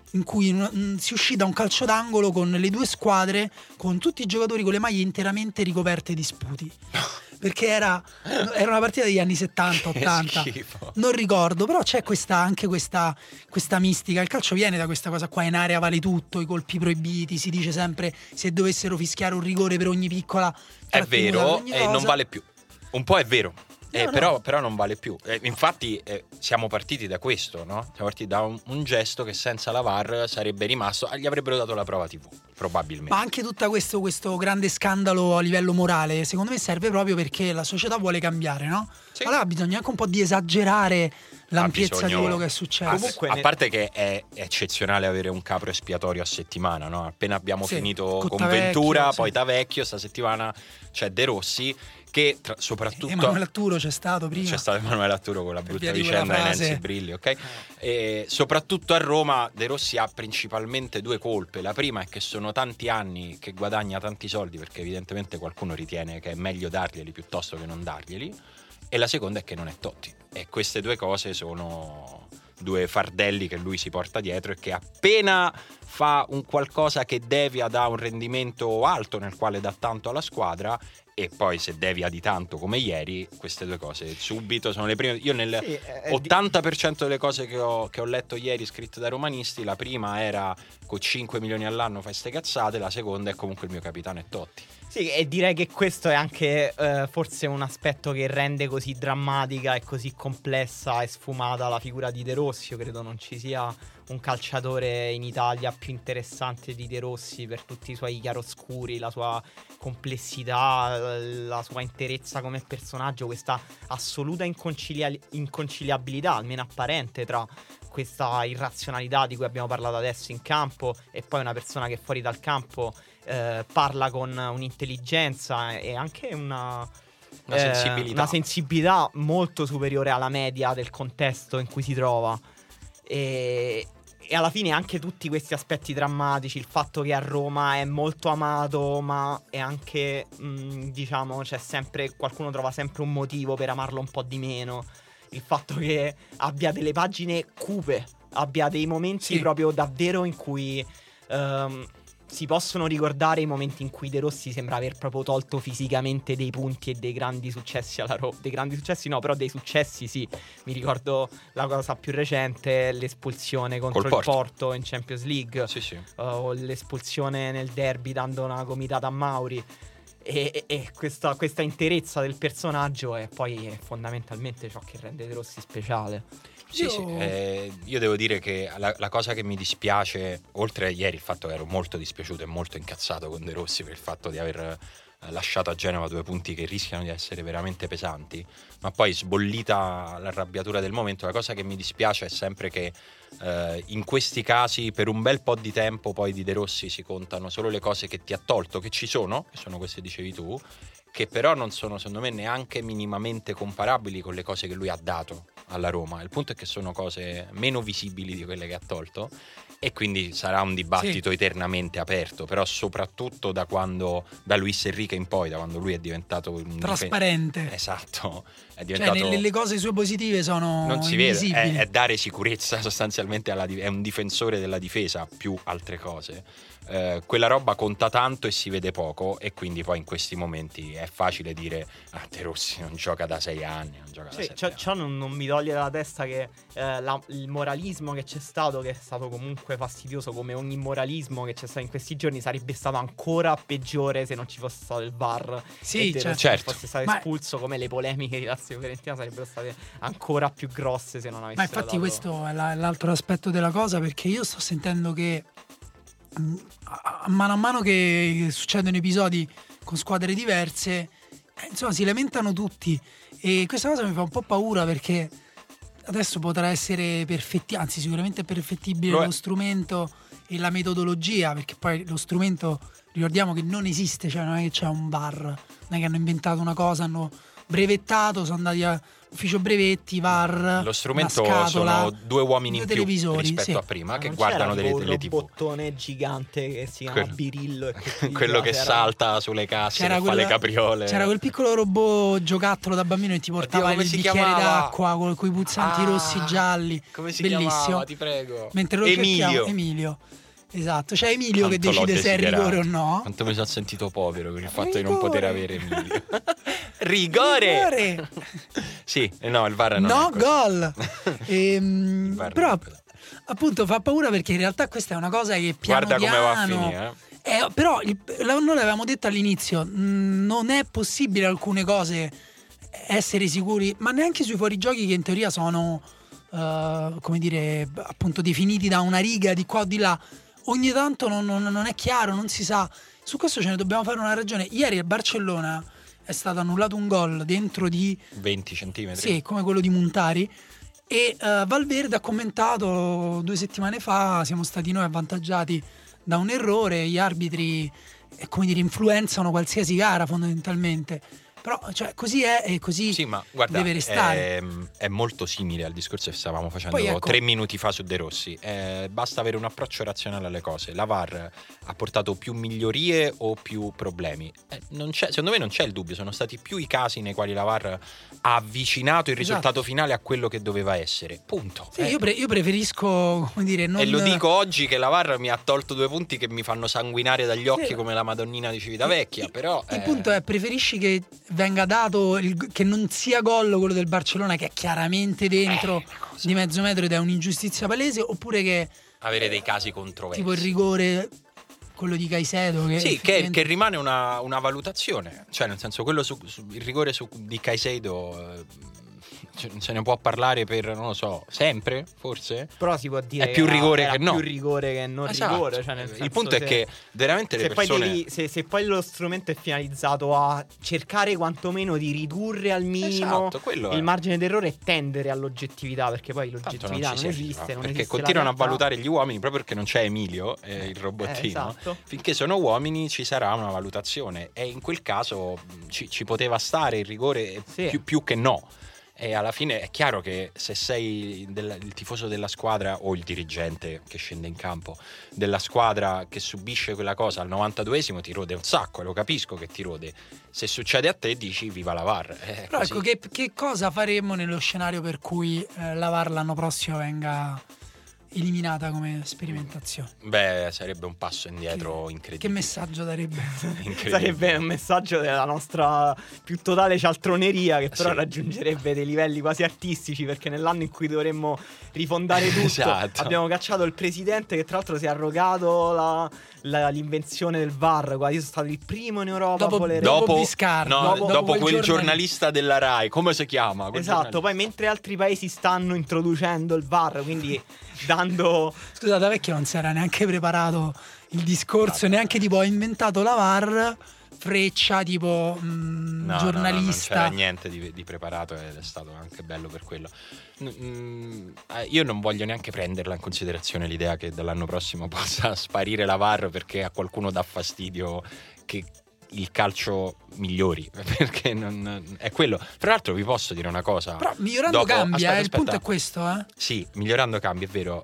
in cui mh, si uscì da un calcio d'angolo con le due squadre, con tutti i giocatori con le maglie interamente ricoperte di sputi. Perché era, era una partita degli anni settanta ottanta, non ricordo, però c'è questa, anche questa, questa mistica. Il calcio viene da questa cosa qua: in area vale tutto, i colpi proibiti, si dice sempre se dovessero fischiare un rigore per ogni piccola è vero, e non vale più. Un po' è vero. Eh, no, però, no. però non vale più. Eh, infatti eh, siamo partiti da questo, no? Siamo partiti da un, un gesto che senza la V A R sarebbe rimasto, gli avrebbero dato la prova tivù, probabilmente. Ma anche tutto questo, questo grande scandalo a livello morale, secondo me serve proprio perché la società vuole cambiare, no? Sì. Allora bisogna anche un po' di esagerare l'ampiezza bisogno... di quello che è successo. Comunque, a parte che è eccezionale avere un capro espiatorio a settimana, no? Appena abbiamo sì, finito con Ventura, vecchio, poi sì. da Vecchio, sta settimana c'è De Rossi, che tra, soprattutto Emanuele Atturo c'è stato prima c'è stato Emanuele Atturo con la brutta vicenda di Nancy Brilli, ok? E soprattutto a Roma De Rossi ha principalmente due colpe. La prima è che sono tanti anni che guadagna tanti soldi, perché evidentemente qualcuno ritiene che è meglio darglieli piuttosto che non darglieli, e la seconda è che non è Totti, e queste due cose sono due fardelli che lui si porta dietro, e che appena fa un qualcosa che devia da un rendimento alto nel quale dà tanto alla squadra, e poi se devia di tanto come ieri, queste due cose subito sono le prime. Io nel sì, ottanta per cento delle cose che ho, che ho letto ieri scritte da romanisti, la prima era con cinque milioni all'anno fai ste cazzate, la seconda è comunque il mio capitano è Totti. Sì, e direi che questo è anche eh, forse un aspetto che rende così drammatica e così complessa e sfumata la figura di De Rossi. Io credo non ci sia un calciatore in Italia più interessante di De Rossi, per tutti i suoi chiaroscuri, la sua complessità, la sua interezza come personaggio, questa assoluta inconcilia- inconciliabilità, almeno apparente, tra questa irrazionalità di cui abbiamo parlato adesso in campo e poi una persona che fuori dal campo eh, parla con un'intelligenza e anche una, una, eh, sensibilità. una sensibilità molto superiore alla media del contesto in cui si trova. E, e alla fine anche tutti questi aspetti drammatici, il fatto che a Roma è molto amato, ma è anche mh, diciamo c'è sempre, qualcuno trova sempre un motivo per amarlo un po' di meno, il fatto che abbia delle pagine cupe, abbia dei momenti sì. proprio davvero in cui um, si possono ricordare i momenti in cui De Rossi sembra aver proprio tolto fisicamente dei punti e dei grandi successi alla Roma. Dei grandi successi no, però dei successi sì. Mi ricordo la cosa più recente, l'espulsione contro Col il Porto. Porto in Champions League, sì, sì. Uh, o l'espulsione nel derby dando una gomitata a Mauri. E, e questa, questa interezza del personaggio è poi fondamentalmente ciò che rende De Rossi speciale. Sì, io... sì, eh, io devo dire che la, la cosa che mi dispiace, oltre a ieri il fatto che ero molto dispiaciuto e molto incazzato con De Rossi per il fatto di aver eh, lasciato a Genova due punti che rischiano di essere veramente pesanti, ma poi sbollita l'arrabbiatura del momento, la cosa che mi dispiace è sempre che eh, in questi casi per un bel po' di tempo poi di De Rossi si contano solo le cose che ti ha tolto, che ci sono, che sono queste dicevi tu, che però non sono secondo me neanche minimamente comparabili con le cose che lui ha dato alla Roma. Il punto è che sono cose meno visibili di quelle che ha tolto, e quindi sarà un dibattito sì. eternamente aperto, però soprattutto da quando, da Luis Enrique in poi, da quando lui è diventato un trasparente difen- esatto è diventato, cioè le, le cose sue positive sono non si vede, è, è dare sicurezza sostanzialmente alla, è un difensore della difesa più altre cose. Eh, quella roba conta tanto e si vede poco, e quindi poi in questi momenti è facile dire ah, De Rossi non gioca da sei anni, non gioca sì, da sette ciò, anni. Ciò non, non mi toglie dalla testa che eh, la, il moralismo che c'è stato, che è stato comunque fastidioso come ogni moralismo che c'è stato in questi giorni, sarebbe stato ancora peggiore se non ci fosse stato il V A R. Sì, e certo. certo. fosse stato espulso, ma... come le polemiche di Lazio Fiorentina sarebbero state ancora più grosse se non avessero ma infatti dato... questo è la, l'altro aspetto della cosa, perché io sto sentendo che a mano a mano che succedono episodi con squadre diverse, eh, insomma si lamentano tutti, e questa cosa mi fa un po' paura, perché adesso potrà essere perfetti, anzi sicuramente è perfettibile lo, lo strumento e la metodologia, perché poi lo strumento ricordiamo che non esiste, cioè non è che c'è un V A R, non è che hanno inventato una cosa, hanno brevettato, sono andati a ufficio brevetti, V A R, lo strumento una scatola, sono due uomini due in più televisori, rispetto sì. a prima, Ma che non guardano c'era delle, tipo delle un tivù. robottone gigante che si chiama Quello- Birillo e che ti quello che diceva, salta sulle casse, C'era che fa quella- le capriole. C'era quel piccolo robot giocattolo da bambino che ti portava Oddio, come il si bicchiere chiamava? d'acqua con quei pulsanti Ah, rossi gialli. come si Bellissimo. chiamava, ti prego? Mentre lo Emilio. cerchiamo, Emilio. Esatto, c'è Emilio che Quanto l'ho decide se è desiderato. rigore o no. Quanto mi sono sentito povero per il fatto di Rigore. non poter avere Emilio. Rigore! Rigore! Sì, eh, no, il V A R non No, è così. gol! Ehm, Il V A R però non è così. appunto fa paura perché in realtà questa è una cosa che piano Guarda come va a piano finire, eh. Eh, però il, la- noi l'avevamo detto all'inizio, mh, non è possibile alcune cose essere sicuri, ma neanche sui fuorigiochi che in teoria sono eh, come dire, appunto definiti da una riga di qua o di là. Ogni tanto non, non- non è chiaro, non si sa. Su questo ce ne dobbiamo fare una ragione. Ieri al Barcellona è stato annullato un gol dentro di venti centimetri. sì, come quello di Montari. E eh, Valverde ha commentato due settimane fa: siamo stati noi avvantaggiati da un errore, gli arbitri eh, come dire, influenzano qualsiasi gara fondamentalmente. Però cioè, così è e così Sì, ma guarda, deve restare. È, è molto simile al discorso che stavamo facendo Poi, ecco- tre minuti fa su De Rossi. Eh, basta avere un approccio razionale alle cose. La V A R ha portato più migliorie o più problemi? Eh, non c'è, secondo me non c'è il dubbio, sono stati più i casi nei quali la V A R ha avvicinato il Esatto. risultato finale a quello che doveva essere. Punto. Sì, Eh, io, pre- io preferisco, come dire, non... E lo dico oggi che la V A R mi ha tolto due punti che mi fanno sanguinare dagli occhi Sì. come la Madonnina di Civitavecchia, però... Il eh, punto è, preferisci che venga dato il- che non sia gol quello del Barcellona, che è chiaramente dentro Eh, una cosa. di mezzo metro ed è un'ingiustizia palese, oppure che avere dei casi controversi. tipo il rigore, quello di Caicedo, che Sì, che, effettivamente- che rimane una, una valutazione, cioè nel senso quello su, su- il rigore su, di Caicedo eh, ce- se ne può parlare per, non lo so, sempre, forse? Però si può dire È più che rigore era che no. più rigore che non Esatto. rigore, cioè nel Il senso, punto è se- che veramente le se poi, persone... devi- se, se poi lo strumento è finalizzato a cercare quantomeno di ridurre al minimo Esatto, quello è. il margine d'errore e tendere all'oggettività, perché poi Tanto l'oggettività non, ci si arriva, esiste, non perché esiste la continuano a realtà. valutare gli uomini proprio perché non c'è Emilio, eh, il robottino. Eh, esatto. Finché sono uomini ci sarà una valutazione e in quel caso mh, ci, ci poteva stare il rigore Sì. più, più che no. E alla fine è chiaro che se sei del- il tifoso della squadra o il dirigente che scende in campo della squadra che subisce quella cosa al novantaduesimo ti rode un sacco, e lo capisco che ti rode. Se succede a te dici viva la V A R. È Però così. ecco, che, che cosa faremmo nello scenario per cui eh, la V A R l'anno prossimo venga eliminata come sperimentazione? Beh, sarebbe un passo indietro Che incredibile. messaggio darebbe? Incredibile. Sarebbe un messaggio della nostra più totale cialtroneria, che però Sì. raggiungerebbe dei livelli quasi artistici, perché nell'anno in cui dovremmo rifondare tutto Esatto. abbiamo cacciato il presidente che tra l'altro si è arrogato la- la- l'invenzione del V A R. Guarda, io sono stato il primo in Europa Dopo- a volere dopo Biscardi, no, dopo- dopo, dopo quel quel giornalista. giornalista della Rai, come si chiama? Quel Esatto, giornalista? poi mentre altri paesi stanno introducendo il V A R, quindi dando Scusa, da vecchio non si era neanche preparato il discorso, neanche tipo ha inventato la V A R, Freccia, tipo mh, No, no, no, non giornalista. c'era niente di, di preparato ed è stato anche bello per quello. N- mm, eh, io non voglio neanche prenderla in considerazione l'idea che dall'anno prossimo possa sparire la V A R perché a qualcuno dà fastidio che il calcio migliori, perché non, è quello. Tra l'altro vi posso dire una cosa. Però migliorando Dopo- cambia, aspetta, eh, il punto aspetta. è questo, eh. Sì, migliorando cambia, è vero.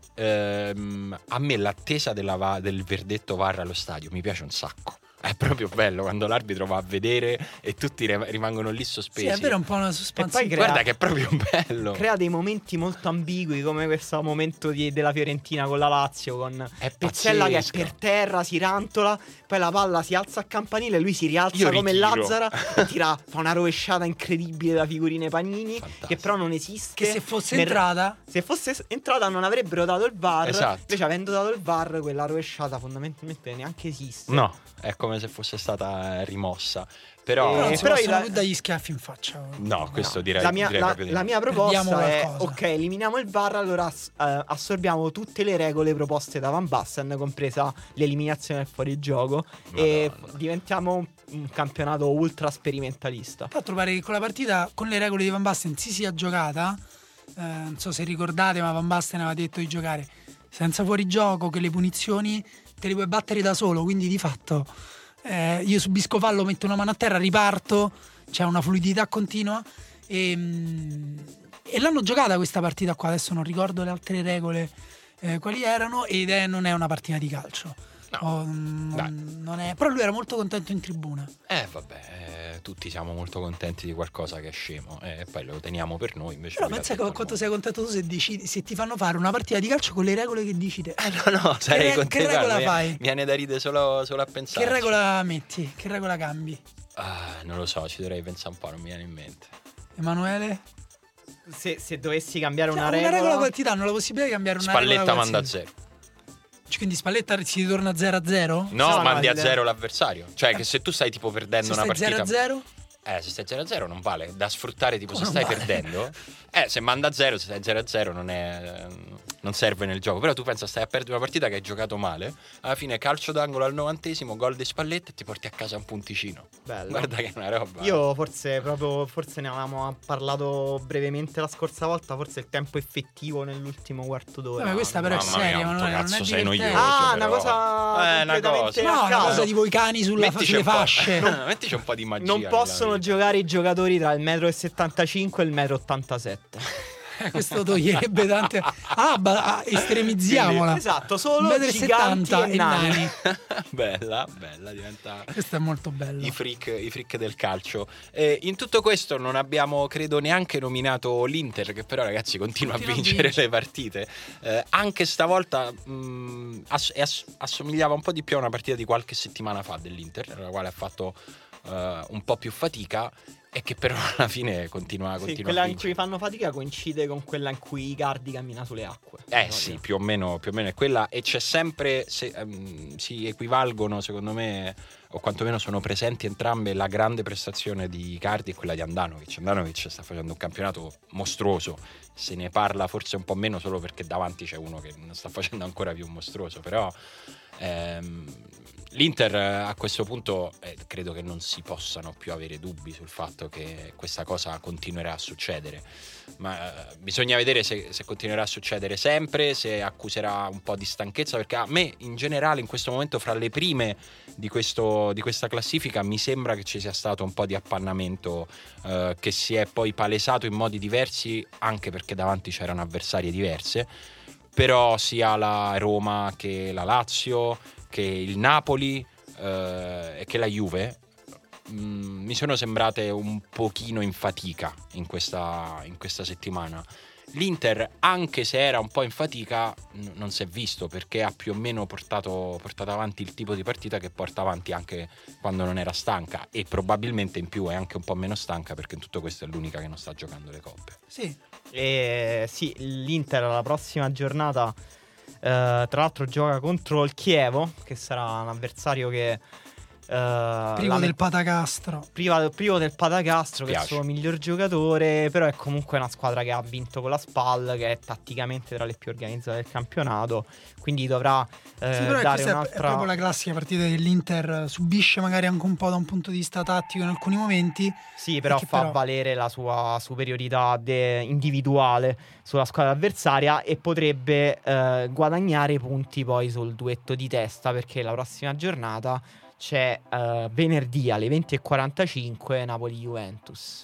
Ehm, a me l'attesa della va- del verdetto V A R allo stadio mi piace un sacco. È proprio bello quando l'arbitro va a vedere e tutti re- rimangono lì sospesi. Sì, è vero, è un po' una E suspensione. poi crea- Guarda che è proprio bello. crea dei momenti molto ambigui, come questo momento di- della Fiorentina con la Lazio, con È Pezzella che è pazzesco. per terra, si rantola, poi la palla si alza a campanile, lui si rialza Io come ritiro. Lazzara e tira, fa una rovesciata incredibile da figurine Panini, Fantastico. che però non esiste. Che se fosse Nel- entrata, Se fosse entrata non avrebbero dato il V A R. Esatto. Invece avendo dato il V A R, quella rovesciata fondamentalmente neanche esiste. No, è come se fosse stata rimossa. Però, però non Eh, si però possono il- più dagli schiaffi in faccia. no, questo direi, La mia, direi la- proprio di la no. mia Perdiamo proposta è: qualcosa. ok, eliminiamo il V A R, allora ass- eh, assorbiamo tutte le regole proposte da Van Basten, compresa l'eliminazione del fuorigioco, e Madonna. f- diventiamo un, un campionato ultra sperimentalista. Tra l'altro pare che con la partita, con le regole di Van Basten si sia giocata, eh, non so se ricordate, ma Van Basten aveva detto di giocare senza fuorigioco, che le punizioni te le puoi battere da solo, quindi di fatto eh, io subisco fallo, metto una mano a terra, riparto, c'è una fluidità continua E, e l'hanno giocata questa partita qua, adesso non ricordo le altre regole eh, quali erano, ed è, non è una partita di calcio. No, oh, non, non è, però lui era molto contento in tribuna. Eh vabbè, eh, tutti siamo molto contenti di qualcosa che è scemo e eh, poi lo teniamo per noi invece. Però pensa che, quanto sei contento tu se, decidi, se ti fanno fare una partita di calcio con le regole che dici te. Eh no no, sarei che, contento. Che regola guarda, fai? Mi viene da ridere solo, solo a pensare. Che regola metti? Che regola cambi? Ah, non lo so, ci dovrei pensare un po', non mi viene in mente. Emanuele? Se, se dovessi cambiare Cioè, una una regola, regola ti danno la possibilità di cambiare una Spalletta regola manda a qualsiasi. zero. Quindi Spalletta si ritorna zero a zero? No, No, no, mandi a il- zero l'avversario. Cioè che se tu stai tipo perdendo Se una stai partita zero a zero? Eh, se stai zero a zero non vale. Da sfruttare tipo Come se non stai vale? perdendo. Eh, se manda a zero, se stai zero a zero non è non serve nel gioco. Però tu pensa, stai a perdere una partita che hai giocato male. Alla fine calcio d'angolo al novantesimo, gol di Spalletta e ti porti a casa un punticino. bello. Guarda che è una roba. Io forse proprio forse ne avevamo parlato brevemente la scorsa volta, forse il tempo effettivo nell'ultimo quarto d'ora. Vabbè, questa però è Mamma mia, seria, quanto Emanuele, non cazzo è sei divertente. noioso. Ah, però. una cosa Eh, una completamente cosa. No, a una caso. cosa tipo i cani sulla, Mettici sulle un po'- fasce. Mettici un po' di magia. Non nella possono vita. giocare i giocatori tra il metro e settantacinque e il metro ottantasette. Questo toglierebbe tante. Ah, ba- ah, estremizziamola. Esatto, solo un metro e giganti settanta e e nani. nani. Bella, bella, diventa Questo è molto bello. i freak, i freak del calcio. Eh, in tutto questo non abbiamo, credo, neanche nominato l'Inter, che però, ragazzi, continua, Continua a a vincere vincere. le partite. Eh, anche stavolta mh, ass- e ass- assomigliava un po' di più a una partita di qualche settimana fa dell'Inter, la quale ha fatto eh, un po' più fatica e che però alla fine continua, Sì, continua quella a in vincere. cui fanno fatica coincide con quella in cui Icardi cammina sulle acque. Eh sì, più o meno, più o meno è quella, e c'è sempre, se, ehm, si equivalgono secondo me, o quantomeno sono presenti entrambe, la grande prestazione di Icardi e quella di Andanovic. Andanovic sta facendo un campionato mostruoso, se ne parla forse un po' meno solo perché davanti c'è uno che non sta facendo ancora più mostruoso, però ehm, l'Inter a questo punto eh, credo che non si possano più avere dubbi sul fatto che questa cosa continuerà a succedere, ma eh, bisogna vedere se, se continuerà a succedere sempre, se accuserà un po' di stanchezza, perché a me in generale in questo momento fra le prime di, questo, di questa classifica mi sembra che ci sia stato un po' di appannamento eh, che si è poi palesato in modi diversi, anche perché davanti c'erano avversarie diverse, però sia la Roma che la Lazio, che il Napoli eh, e che la Juve mh, mi sono sembrate un pochino in fatica in questa, in questa settimana. L'Inter, anche se era un po' in fatica, n- non si è visto, perché ha più o meno portato, portato avanti il tipo di partita che porta avanti anche quando non era stanca, e probabilmente in più è anche un po' meno stanca perché in tutto questo è l'unica che non sta giocando le coppe. Sì. E sì, l'Inter la prossima giornata eh, tra l'altro gioca contro il Chievo, che sarà un avversario che eh, Privo la- del patacastro. priva- privo del Patacastro, che è il Piace. suo miglior giocatore, però è comunque una squadra che ha vinto con la SPAL, che è tatticamente tra le più organizzate del campionato, quindi dovrà eh, Sì, però è, dare questa è- è un'altra... proprio la classica partita che l'Inter subisce magari anche un po' da un punto di vista tattico in alcuni momenti. Sì, però che fa però- valere la sua superiorità de- individuale sulla squadra avversaria e potrebbe eh, guadagnare punti poi sul duetto di testa, perché la prossima giornata c'è eh, venerdì alle venti e quarantacinque Napoli-Juventus.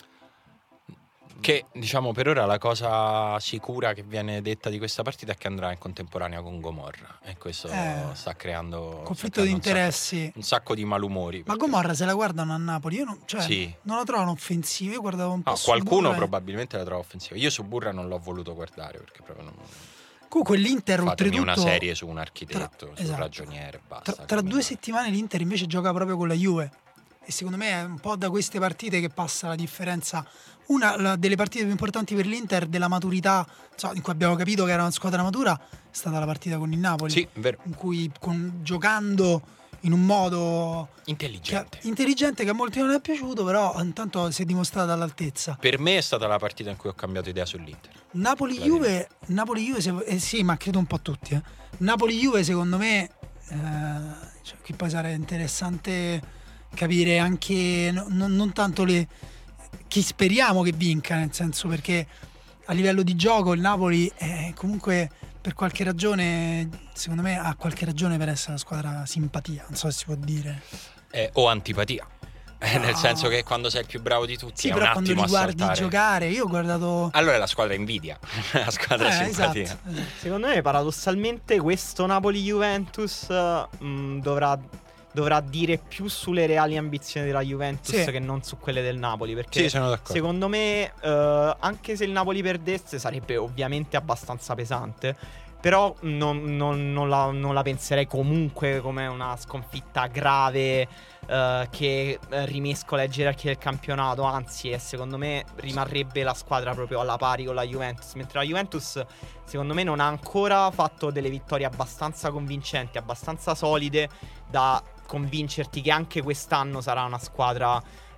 Che diciamo per ora la cosa sicura che viene detta di questa partita è che andrà in contemporanea con Gomorra, e questo Eh, sta creando Conflitto sta di creando un sacco- interessi. un sacco di malumori. Ma perché- Gomorra se la guardano a Napoli, io non, cioè, Sì. non la trovano offensiva. Io guardavo un po' No, su qualcuno Burra e- probabilmente la trova offensiva. Io su Burra non l'ho voluto guardare perché proprio non... Comunque l'Inter Fatemi oltretutto una serie su un architetto, tra- su un esatto. ragioniere, basta. Tra, tra che mi- due settimane l'Inter invece gioca proprio con la Juve, e secondo me è un po' da queste partite che passa la differenza. Una la- delle partite più importanti per l'Inter della maturità, insomma, in cui abbiamo capito che era una squadra matura, è stata la partita con il Napoli, Sì, vero. in cui con- giocando in un modo che- Intelligente. intelligente che a molti non è piaciuto, però intanto si è dimostrata all'altezza. Per me è stata la partita in cui ho cambiato idea sull'Inter. Napoli-Juve, Napoli-Juve se- eh sì, ma credo un po' tutti. Eh. Napoli-Juve secondo me, eh, cioè, qui poi sarà interessante capire anche no- non, non tanto le chi speriamo che vinca, nel senso, perché a livello di gioco il Napoli è comunque per qualche ragione, secondo me ha qualche ragione per essere una squadra simpatia, non so se si può dire. Eh, o antipatia. Eh, nel senso che quando sei il più bravo di tutti Sì, è però un quando attimo li guardi a saltare. giocare, io ho guardato. Allora è la squadra invidia, la squadra Eh, simpatia. esatto, esatto. Secondo me, paradossalmente, questo Napoli-Juventus mh, dovrà, dovrà dire più sulle reali ambizioni della Juventus Sì. che non su quelle del Napoli. Perché Sì, sono d'accordo. secondo me, eh, anche se il Napoli perdesse, sarebbe ovviamente abbastanza pesante. Però non, non- non la, non la penserei comunque come una sconfitta grave eh, che eh, rimescola le gerarchie del campionato. Anzi, eh, secondo me rimarrebbe la squadra proprio alla pari con la Juventus. Mentre la Juventus, secondo me, non ha ancora fatto delle vittorie abbastanza convincenti, abbastanza solide da convincerti che anche quest'anno sarà una squadra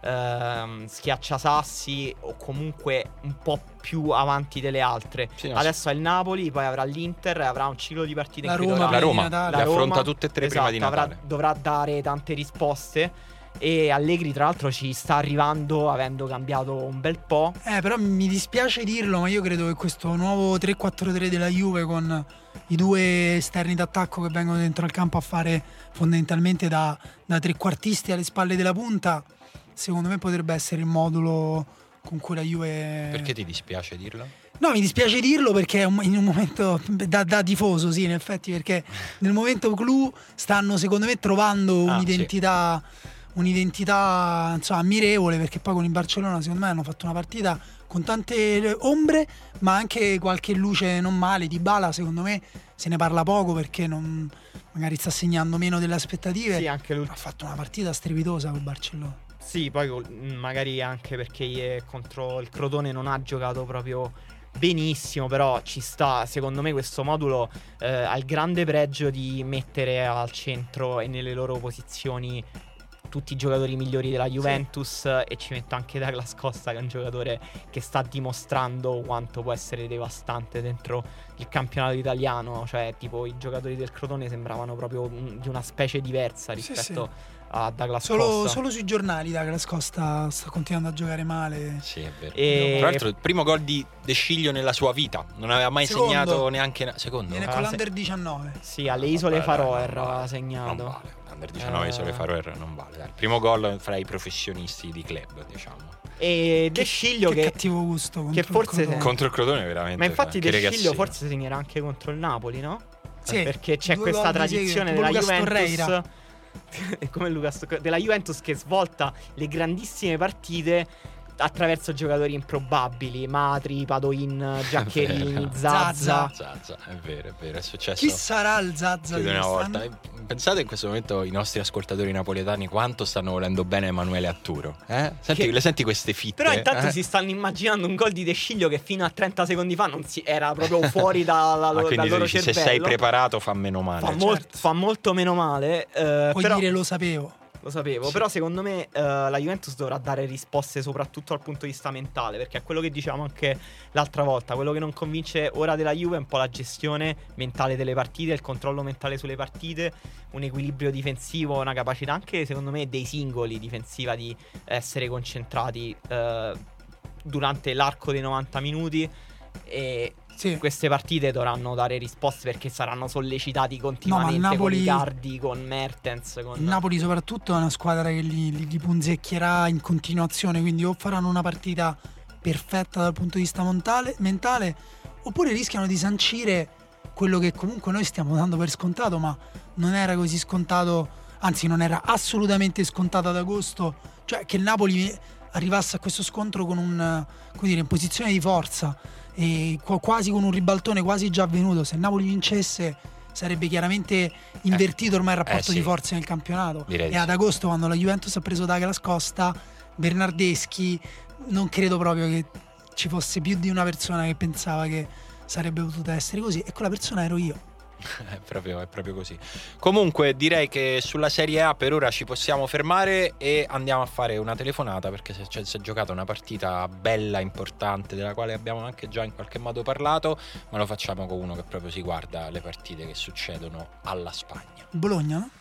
ehm, schiacciasassi o comunque un po' più avanti delle altre. Sì, no, Adesso è il Napoli, poi avrà l'Inter e avrà un ciclo di partite La in cui Roma dovrà, La prima Roma di Natale. le La affronta Roma, tutte e tre esatto, prima di avrà- Natale. dovrà dare tante risposte. E Allegri, tra l'altro, ci sta arrivando avendo cambiato un bel po'. Eh, però mi dispiace dirlo, ma io credo che questo nuovo tre quattro tre della Juve con i due esterni d'attacco che vengono dentro al campo a fare fondamentalmente da, da trequartisti alle spalle della punta, secondo me potrebbe essere il modulo con cui la Juve... Perché ti dispiace dirlo? No, mi dispiace dirlo perché è un- in un momento da, da tifoso, sì, in effetti, perché nel momento clou stanno secondo me trovando Ah, un'identità un'identità insomma ammirevole, perché poi con il Barcellona secondo me hanno fatto una partita con tante ombre ma anche qualche luce non male. Dybala secondo me se ne parla poco perché non, magari sta segnando meno delle aspettative. Sì, anche lui. Ha fatto una partita strepitosa col Barcellona. Sì, poi col- magari anche perché eh, contro il Crotone non ha giocato proprio benissimo, però ci sta. Secondo me questo modulo eh, ha il grande pregio di mettere al centro e nelle loro posizioni tutti i giocatori migliori della Juventus, e ci metto anche Douglas Costa, che è un giocatore che sta dimostrando quanto può essere devastante dentro il campionato italiano. Cioè, tipo, i giocatori del Crotone sembravano proprio mm, di una specie diversa Sì, rispetto sì. a Douglas Solo, Costa. solo sui giornali Douglas Costa sta continuando a giocare male. Sì, è vero. E- Tra l'altro il primo gol di De Sciglio nella sua vita. Non aveva mai Secondo. segnato neanche... Secondo? Viene Ah, con sì. l'Under diciannove. Sì, alle Ah, Isole vabbè, dai, Faroe non era vale. segnato. Non vale. Under diciannove Eh. Isole Faroe non vale. Dai. Il primo gol fra i professionisti di club, diciamo. E De Sciglio che che, cattivo gusto contro che il forse- Crotone. Contro il Crotone veramente. Ma infatti cioè, De che Sciglio ragazzino. forse segnerà anche contro il Napoli, no? Sì, Perché c'è due questa gol di tradizione seguito, della tipo Lucas Juventus Torreira. come Lucas, della Juventus che svolta le grandissime partite attraverso giocatori improbabili: Matri, Padoin, Giaccherini, Zazza. Zazza, è vero, è vero, è successo. Chi sarà il Zazza più di di una quest'anno? volta. E pensate in questo momento i nostri ascoltatori napoletani quanto stanno volendo bene Emanuele Atturo. Eh? Senti, Che- le senti queste fitte? Però intanto eh? si stanno immaginando un gol di De Sciglio che fino a trenta secondi fa non si, era proprio fuori dalla, Ah, quindi dal tu loro dici, se cervello. sei preparato fa meno male. fa, Cioè, mol- certo. fa molto meno male. eh, Puoi però, dire lo sapevo. lo sapevo. Sì. Però secondo me eh, la Juventus dovrà dare risposte soprattutto dal punto di vista mentale, perché è quello che dicevamo anche l'altra volta. Quello che non convince ora della Juve è un po' la gestione mentale delle partite, il controllo mentale sulle partite, un equilibrio difensivo, una capacità anche secondo me dei singoli difensiva di essere concentrati eh, durante l'arco dei novanta minuti. E Sì. queste partite dovranno dare risposte perché saranno sollecitati continuamente Napoli- con Icardi, con Mertens, con... Il Napoli soprattutto è una squadra che li, li, li punzecchierà in continuazione, quindi o faranno una partita perfetta dal punto di vista montale- mentale, oppure rischiano di sancire quello che comunque noi stiamo dando per scontato, ma non era così scontato, anzi non era assolutamente scontato ad agosto, cioè che il Napoli arrivasse a questo scontro con un, come dire, in posizione di forza e qu- quasi con un ribaltone quasi già avvenuto. Se il Napoli vincesse sarebbe chiaramente invertito ormai il rapporto eh sì. di forze nel campionato. Direi E di ad sì. agosto, quando la Juventus ha preso Douglas Costa, Bernardeschi, non credo proprio che ci fosse più di una persona che pensava che sarebbe potuta essere così, e quella persona ero io. È proprio, è proprio così. Comunque direi che sulla Serie A per ora ci possiamo fermare e andiamo a fare una telefonata, perché si è, si è giocata una partita bella, importante, della quale abbiamo anche già in qualche modo parlato, ma lo facciamo con uno che proprio si guarda le partite che succedono alla Spagna. Bologna, no?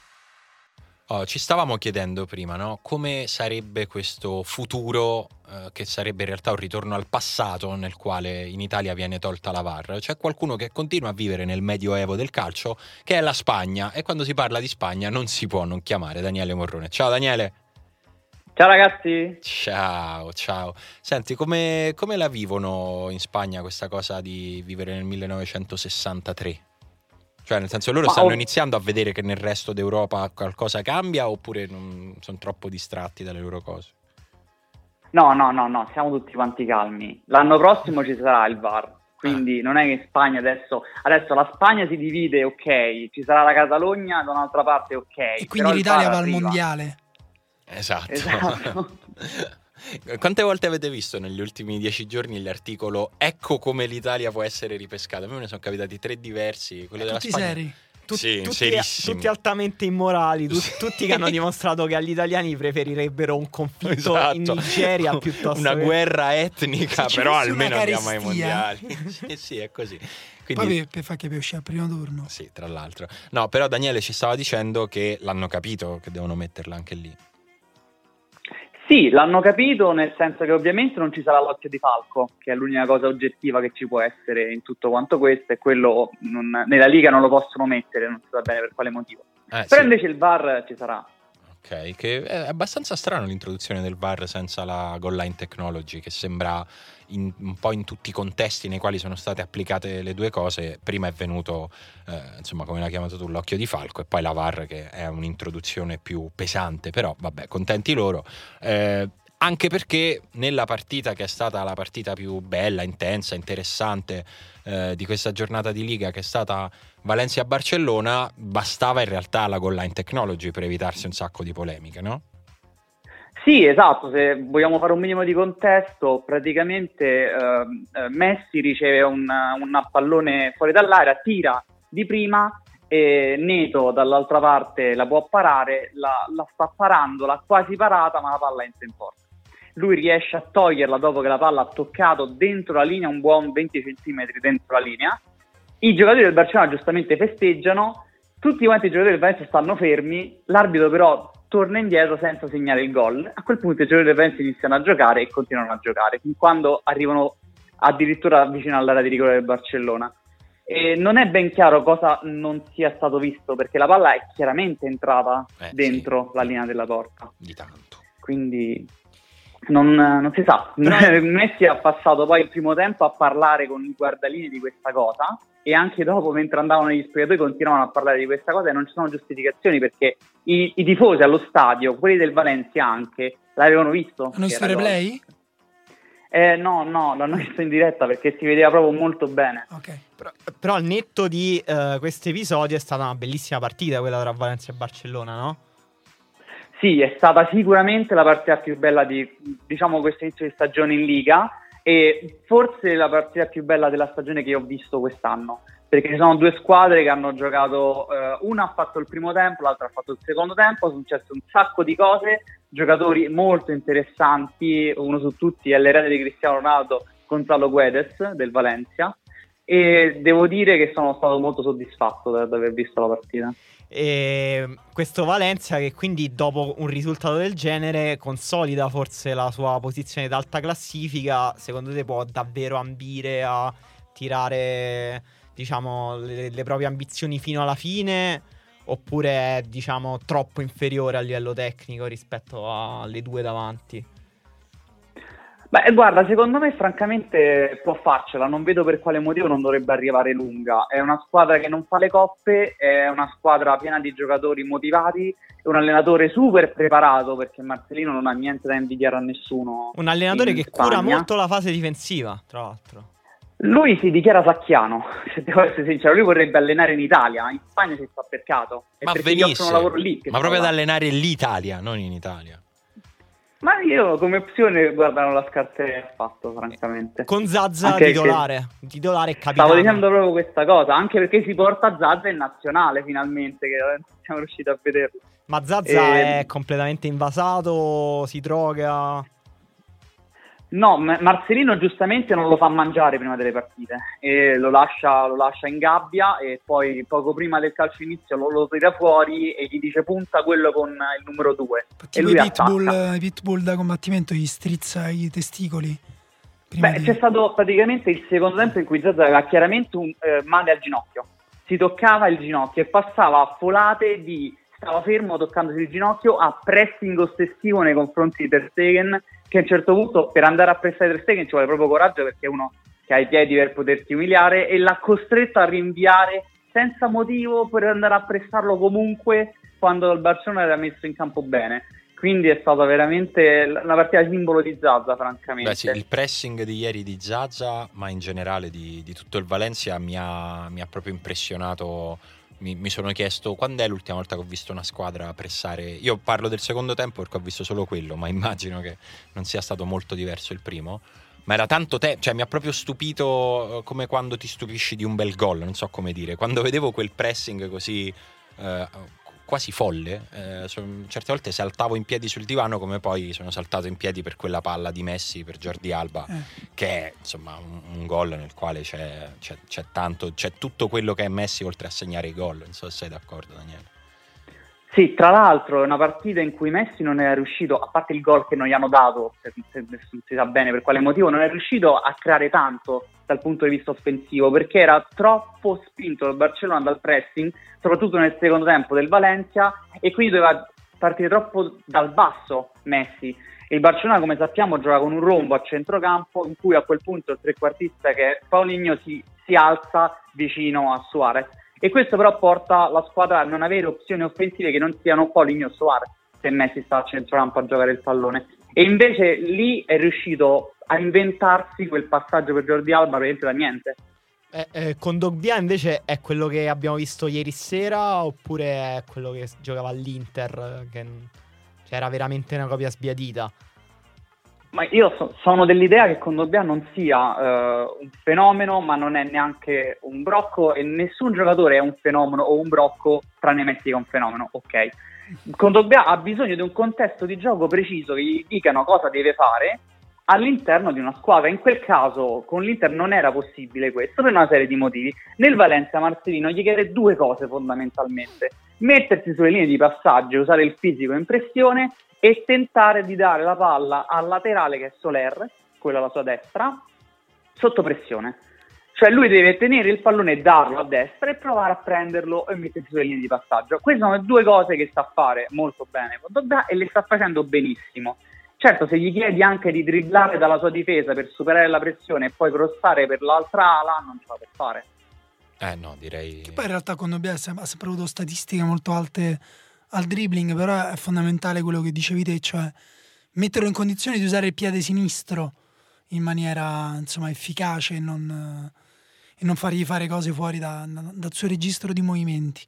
Oh, ci stavamo chiedendo prima, no? Come sarebbe questo futuro eh, che sarebbe in realtà un ritorno al passato, nel quale in Italia viene tolta la V A R. C'è qualcuno che continua a vivere nel medioevo del calcio, che è la Spagna, e quando si parla di Spagna non si può non chiamare Daniele Morrone. Ciao Daniele. Ciao ragazzi. Ciao, ciao. Senti, come, come la vivono in Spagna questa cosa di vivere nel millenovecentosessantatré? Cioè, nel senso, loro Ma stanno ho- iniziando a vedere che nel resto d'Europa qualcosa cambia oppure non, sono troppo distratti dalle loro cose? No, no, no, no, siamo tutti quanti calmi. L'anno prossimo ci sarà il V A R, quindi non è che in Spagna adesso... Adesso la Spagna si divide, ok, ci sarà la Catalogna, da un'altra parte, ok. E quindi però il l'Italia V A R va al arriva. mondiale. Esatto. Esatto. Quante volte avete visto negli ultimi dieci giorni l'articolo "Ecco come l'Italia può essere ripescata"? A me ne sono capitati tre diversi. Quello della Tutti Spagna. seri. Tut- Sì, tutti, serissimi. tutti altamente immorali, tu- Sì. tutti che hanno dimostrato che agli italiani preferirebbero un conflitto Esatto. in Nigeria piuttosto una che... guerra etnica, Se ci però fosse almeno una andiamo ai carestia. mondiali. Sì, sì, è così. Quindi, Poi per, per far che per uscire al primo turno. sì, tra l'altro. No, però Daniele ci stava dicendo che l'hanno capito che devono metterla anche lì. Sì, l'hanno capito, nel senso che ovviamente non ci sarà l'occhio di falco, che è l'unica cosa oggettiva che ci può essere in tutto quanto questo, e quello non- nella Liga non lo possono mettere, non si sa bene per quale motivo. Eh, Però sì. invece il V A R ci sarà. Ok, che è abbastanza strano l'introduzione del V A R senza la goal line technology, che sembra in- un po' in tutti i contesti nei quali sono state applicate le due cose. Prima è venuto, eh, insomma, come l'ha chiamato tu, l'occhio di falco, e poi la V A R che è un'introduzione più pesante, però vabbè, contenti loro. Eh, anche perché nella partita che è stata la partita più bella, intensa, interessante eh, di questa giornata di Liga, che è stata Valencia-Barcellona, bastava in realtà la goal line technology per evitarsi un sacco di polemiche, no? Sì, esatto, se vogliamo fare un minimo di contesto, praticamente eh, eh, Messi riceve un, un pallone fuori dall'area, tira di prima e Neto dall'altra parte la può parare, la, la sta parando, l'ha quasi parata, ma la palla entra in porta. Lui riesce a toglierla dopo che la palla ha toccato dentro la linea, un buon venti centimetri dentro la linea. I giocatori del Barcellona giustamente festeggiano, tutti quanti i giocatori del Valencia stanno fermi, l'arbitro però torna indietro senza segnare il gol. A quel punto i giocatori del Valencia iniziano a giocare e continuano a giocare, fin quando arrivano addirittura vicino all'area di rigore del Barcellona. E non è ben chiaro cosa non sia stato visto, perché la palla è chiaramente entrata Eh, dentro sì. la linea della porta. Di tanto. Quindi non, non si sa. Messi ha passato poi il primo tempo a parlare con i guardalinee di questa cosa, e anche dopo, mentre andavano gli spogliatoi, continuavano a parlare di questa cosa, e non ci sono giustificazioni, perché i, i tifosi allo stadio, quelli del Valencia anche, l'avevano visto. Hanno visto il Era replay? gol. Eh, no, no, l'hanno visto in diretta perché si vedeva proprio molto bene. Ok. Però, però al netto di eh, questo episodio è stata una bellissima partita quella tra Valencia e Barcellona, no? Sì, è stata sicuramente la partita più bella di, diciamo, questo inizio di stagione in Liga, e forse la partita più bella della stagione che ho visto quest'anno, perché ci sono due squadre che hanno giocato, eh, una ha fatto il primo tempo, l'altra ha fatto il secondo tempo, sono successe un sacco di cose, giocatori molto interessanti, uno su tutti è l'erede di Cristiano Ronaldo, Gonzalo Guedes del Valencia, e devo dire che sono stato molto soddisfatto di aver visto la partita. E questo Valencia che quindi dopo un risultato del genere consolida forse la sua posizione d'alta classifica, secondo te può davvero ambire a tirare, diciamo, le, le proprie ambizioni fino alla fine, oppure è, diciamo, troppo inferiore a livello tecnico rispetto alle due davanti? Beh, guarda, secondo me francamente può farcela, non vedo per quale motivo non dovrebbe arrivare lunga. È una squadra che non fa le coppe, è una squadra piena di giocatori motivati, è un allenatore super preparato, perché Marcellino non ha niente da invidiare a nessuno. Un allenatore in che Spagna. cura molto la fase difensiva, tra l'altro. Lui si dichiara sacchiano, se devo essere sincero, lui vorrebbe allenare in Italia, in Spagna si sta peccato. È Ma perché gli offrono venisse, lavoro lì. che ma sta proprio ad là. allenare l'Italia, non in Italia. Ma io come opzione, guarda, non la scarterei affatto, francamente. Con Zaza Anche titolare, titolare e capitano. Stavo dicendo proprio questa cosa, anche perché si porta Zaza in nazionale finalmente, che non siamo riusciti a vederlo. Ma Zaza E- è completamente invasato, si droga. No, M- Marcellino giustamente non lo fa mangiare prima delle partite, e lo lascia, lo lascia in gabbia, e poi poco prima del calcio inizio lo, lo tira fuori e gli dice punta quello con il numero due. E Tipo lui i pitbull, attacca. i pitbull da combattimento gli strizza i testicoli. Prima Beh, di- c'è stato praticamente il secondo tempo in cui Zaza aveva chiaramente un eh, male al ginocchio, si toccava il ginocchio e passava a folate di stava fermo toccandosi il ginocchio a pressing ossessivo nei confronti di Ter Stegen, che a un certo punto per andare a pressare Ter Stegen ci vuole proprio coraggio, perché è uno che ha i piedi per potersi umiliare, e l'ha costretto a rinviare senza motivo per andare a pressarlo comunque quando il Barcellona era messo in campo bene. Quindi è stata veramente una partita simbolo di Zaza, francamente. Beh sì, il pressing di ieri di Zaza, ma in generale di, di tutto il Valencia, mi ha, mi ha proprio impressionato. Mi, mi sono chiesto quando è l'ultima volta che ho visto una squadra pressare. Io parlo del secondo tempo perché ho visto solo quello, ma immagino che non sia stato molto diverso il primo. Ma era tanto tempo, cioè mi ha proprio stupito, come quando ti stupisci di un bel gol, non so come dire. Quando vedevo quel pressing così eh, quasi folle, eh, son, certe volte saltavo in piedi sul divano, come poi sono saltato in piedi per quella palla di Messi per Jordi Alba, eh. che è insomma un, un gol nel quale c'è, c'è, c'è tanto, c'è tutto quello che è Messi oltre a segnare i gol. Non so se sei d'accordo, Daniele. Sì, tra l'altro è una partita in cui Messi non è riuscito, a parte il gol che non gli hanno dato, se, se, se non si sa bene per quale motivo, non è riuscito a creare tanto dal punto di vista offensivo, perché era troppo spinto il Barcellona dal pressing, soprattutto nel secondo tempo del Valencia, e quindi doveva partire troppo dal basso Messi. Il Barcellona, come sappiamo, gioca con un rombo a centrocampo, in cui a quel punto il trequartista, che è Paulinho, si, si alza vicino a Suarez. E questo però porta la squadra a non avere opzioni offensive che non siano Paulinho o Suarez, se Messi sta a centrocampo a giocare il pallone. E invece lì è riuscito a inventarsi quel passaggio per Jordi Alba praticamente da niente. Eh, eh, con Dogbia invece è quello che abbiamo visto ieri sera, oppure è quello che giocava all'Inter, che cioè, era veramente una copia sbiadita? Ma io so, sono dell'idea che Kondogbia non sia uh, un fenomeno, ma non è neanche un brocco, e nessun giocatore è un fenomeno o un brocco tranne Messi che è un fenomeno, ok. Kondogbia ha bisogno di un contesto di gioco preciso che gli dicano cosa deve fare all'interno di una squadra. In quel caso con l'Inter non era possibile questo per una serie di motivi. Nel Valencia Marcelino gli chiede due cose fondamentalmente: mettersi sulle linee di passaggio, usare il fisico in pressione, e tentare di dare la palla al laterale, che è Soler, quello alla sua destra, sotto pressione. Cioè lui deve tenere il pallone e darlo a destra e provare a prenderlo e mettersi sulle linee di passaggio. Queste sono le due cose che sa fare molto bene Kondogbia e le sta facendo benissimo. Certo, se gli chiedi anche di dribblare dalla sua difesa per superare la pressione e poi crossare per l'altra ala, non ce la può fare. Eh no, direi... Che poi in realtà Kondogbia ha sempre avuto statistiche molto alte al dribbling, però è fondamentale quello che dicevi te, cioè metterlo in condizione di usare il piede sinistro in maniera insomma efficace e non, e non fargli fare cose fuori da, da, dal suo registro di movimenti.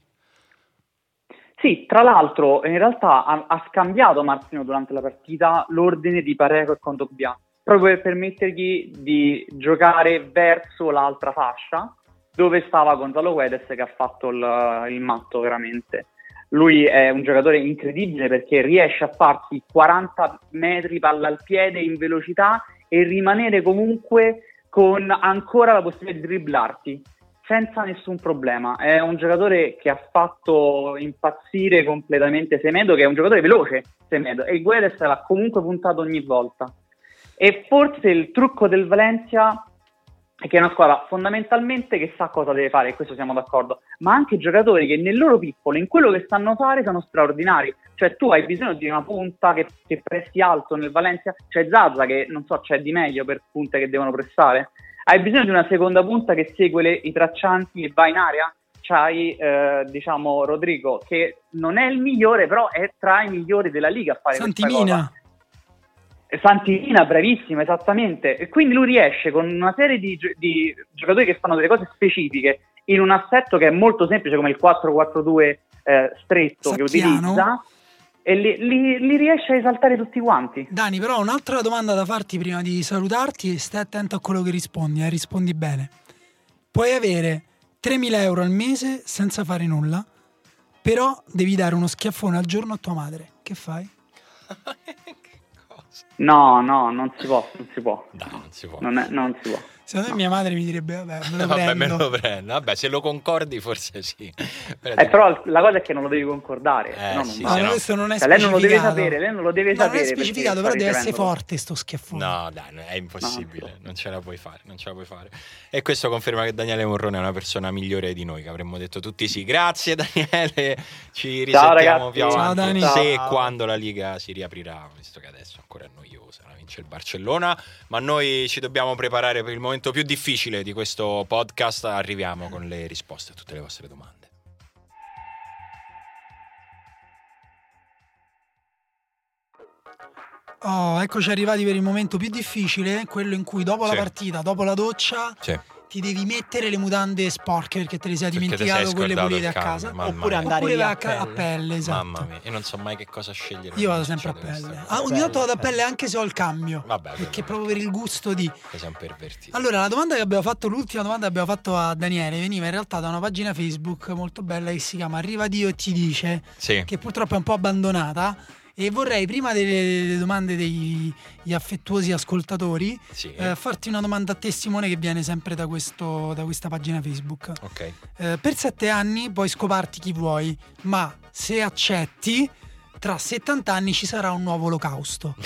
Sì, tra l'altro in realtà ha, ha scambiato Martino durante la partita l'ordine di Parejo e Kondogbia, proprio per permettergli di giocare verso l'altra fascia dove stava Gonzalo Guedes, che ha fatto il, il matto veramente. Lui è un giocatore incredibile perché riesce a farsi quaranta metri palla al piede in velocità e rimanere comunque con ancora la possibilità di dribblarti senza nessun problema. È un giocatore che ha fatto impazzire completamente Semedo, che è un giocatore veloce, Semedo, e il Guedes l'ha comunque puntato ogni volta. E forse il trucco del Valencia è che è una squadra fondamentalmente che sa cosa deve fare, e questo siamo d'accordo, ma anche giocatori che nel loro piccolo, in quello che sanno fare, sono straordinari. Cioè tu hai bisogno di una punta che, che pressi alto nel Valencia, c'è Zaza che non so c'è di meglio per punte che devono pressare, hai bisogno di una seconda punta che segue le, i traccianti e va in area, c'hai eh, diciamo Rodrigo che non è il migliore, però è tra i migliori della Liga a fare Santimina. Santimina, bravissima, esattamente. E quindi lui riesce con una serie di, di giocatori che fanno delle cose specifiche in un assetto che è molto semplice come il quattro quattro due eh, stretto Sacchiano, che utilizza, e li, li, li riesce a esaltare tutti quanti. Dani, però un'altra domanda da farti prima di salutarti, e stai attento a quello che rispondi, eh, rispondi bene. Puoi avere tremila euro al mese senza fare nulla, però devi dare uno schiaffone al giorno a tua madre. Che fai? No, no, non si può, non si può. Dai, non si può. Non, è, non si può. Secondo me mia madre mi direbbe vabbè, me lo Vabbè, prendo. me lo prendo. Vabbè, se lo concordi forse sì. Però, Eh, però la cosa è che non lo devi concordare. Eh, se no non sì, No, va. se no- questo non è Cioè, lei non lo deve specificato. sapere, lei non lo deve No, non sapere. è specificato, perché però deve sta essere ricevendo- forte sto schiaffone. No, dai, no, è impossibile, No. non ce la puoi fare, non ce la puoi fare. E questo conferma che Daniele Morrone è una persona migliore di noi, che avremmo detto tutti sì. Grazie Daniele, ci Ciao, risentiamo ragazzi. più Ciao, avanti, Dani. se e Ciao. quando la Liga si riaprirà, visto che adesso ancora è noiosa, la vince il Barcellona, ma noi ci dobbiamo preparare per il momento più difficile di questo podcast, arriviamo con le risposte a tutte le vostre domande. Oh, eccoci arrivati per il momento più difficile, quello in cui dopo Sì. la partita, dopo la doccia, Sì. ti devi mettere le mutande sporche perché te le sei Perché te dimenticato sei quelle scordato pulite a il cambio, casa. mamma Oppure mia. andare Oppure via vai a a, ca- a pelle. pelle, esatto. Mamma mia, io non so mai che cosa scegliere. Io vado quando sempre a succede questa pelle. cosa. Ah, ogni Pelle, tanto vado a pelle. pelle anche se ho il cambio. Vabbè, Perché quello- proprio per il gusto di. Che sei un pervertito. Allora, la domanda che abbiamo fatto, l'ultima domanda che abbiamo fatto a Daniele, veniva in realtà da una pagina Facebook molto bella che si chiama Arriva Dio e ti dice, Sì. che purtroppo è un po' abbandonata. E vorrei, prima delle, delle domande degli gli affettuosi ascoltatori, Sì. eh, farti una domanda a testimone che viene sempre da, questo, da questa pagina Facebook. Ok. Eh, per sette anni puoi scoparti chi vuoi, ma se accetti, tra settanta anni ci sarà un nuovo olocausto.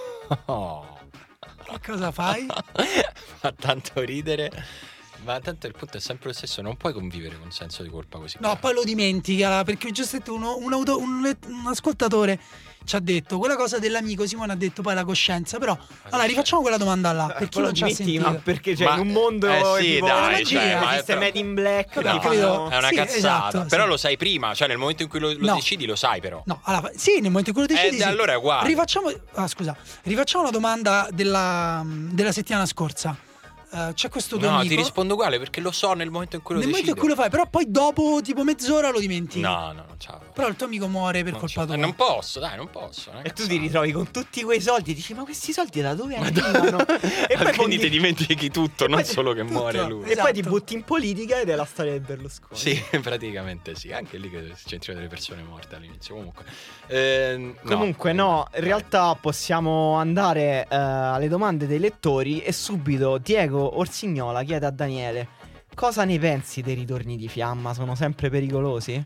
Oh. Che cosa fai? Fa tanto ridere. Ma tanto il punto è sempre lo stesso, non puoi convivere con un senso di colpa così. No, poi lo dimentica, perché ho già sentito uno, un, auto- un let- un ascoltatore ci ha detto quella cosa dell'amico, Simone ha detto poi la coscienza, però allora rifacciamo quella domanda là, per chi Poi lo non ci ha dimentichi, sentito. ma perché c'è Ma- in un mondo eh sì, tipo, dai, magia, cioè, ma è esiste però- Made in Black, Vabbè, ti No, credo- è una sì, cazzata. esatto, Però sì. lo sai prima, cioè nel momento in cui lo, lo No. decidi lo sai però. No, allora, sì, nel momento in cui lo decidi Eh, sì. allora è uguale. Rifacciamo, ah, scusa, rifacciamo la domanda della, della settimana scorsa. Eh, c'è questo tuo No, amico. ti rispondo uguale perché lo so nel momento in cui lo Nel momento decido. in cui lo fai, però poi dopo tipo mezz'ora lo dimentichi. No, no, non ciao. Però il tuo amico muore per Non colpa c'è- tua. eh, non posso, dai, non posso. è una E tu cazzata. ti ritrovi con tutti quei soldi e dici ma questi soldi da dove arrivano? E Quindi fondi- ti dimentichi tutto, non poi- solo che tutto. muore lui. E poi ti Esatto. butti in politica ed è la storia del Berlusconi. Sì, praticamente sì. Anche lì che si c'entrano delle persone morte all'inizio. Comunque, eh, no. Comunque no, in realtà possiamo andare eh, alle domande dei lettori e subito Diego Orsignola chiede a Daniele: cosa ne pensi dei ritorni di Fiamma? Sono sempre pericolosi?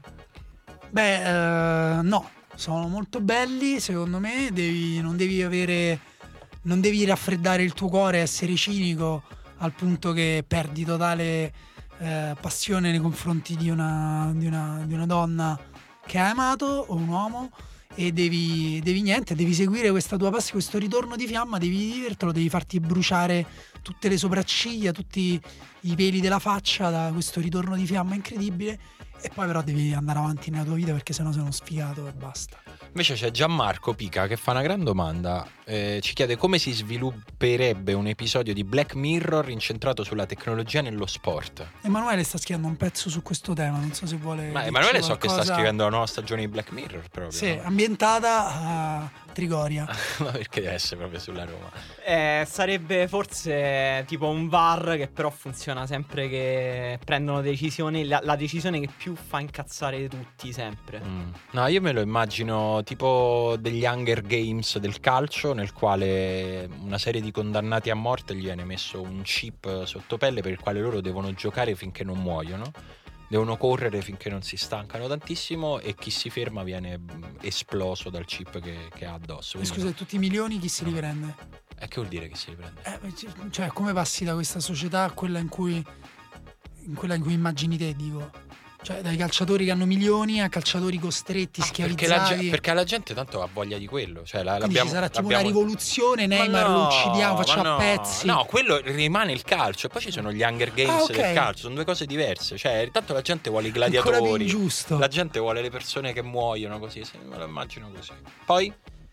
Beh, eh, no, sono molto belli, secondo me, devi, non devi avere, non devi raffreddare il tuo cuore, essere cinico al punto che perdi totale eh, passione nei confronti di una, di una, di una donna che hai amato o un uomo e devi, devi niente, devi seguire questa tua passione, questo ritorno di Fiamma, devi vivertelo, devi farti bruciare tutte le sopracciglia, tutti i peli della faccia da questo ritorno di Fiamma incredibile. E poi però devi andare avanti nella tua vita perché sennò sei uno sfigato e basta. Invece c'è Gianmarco Pica che fa una gran domanda. Eh, ci chiede come si svilupperebbe un episodio di Black Mirror incentrato sulla tecnologia nello sport. Emanuele sta scrivendo un pezzo su questo tema, non so se vuole. Ma dirci Emanuele so che sta qualcosa. scrivendo la nuova stagione di Black Mirror proprio. Sì, no? ambientata a Trigoria. Ma perché deve essere proprio sulla Roma? Eh, sarebbe forse tipo un V A R che però funziona sempre che prendono decisioni, la, la decisione che più fa incazzare tutti sempre. Mm. No, io me lo immagino tipo degli Hunger Games del calcio, nel quale una serie di condannati a morte gli viene messo un chip sotto pelle per il quale loro devono giocare finché non muoiono, devono correre finché non si stancano tantissimo e chi si ferma viene mm, esploso dal chip che, che ha addosso. E Quindi- scusa, tutti i milioni chi si riprende? E che vuol dire che si riprende? Eh, cioè, come passi da questa società a quella in cui in quella in cui immagini te, dico. Cioè, dai calciatori che hanno milioni a calciatori costretti, Ah, schiavizzati. perché, la, ge- perché alla gente tanto ha voglia di quello. Cioè, la, Quindi l'abbiamo, ci sarà tipo l'abbiamo- una rivoluzione, Ma Neymar no, lo uccidiamo, ma facciamo no. a pezzi. No, quello rimane il calcio. E poi ci sono gli Hunger Games Ah, ok. del calcio. Sono due cose diverse. Cioè, tanto la gente vuole i Ancora più gladiatori. ingiusto. La gente vuole le persone che muoiono così. Se me lo immagino così. Poi,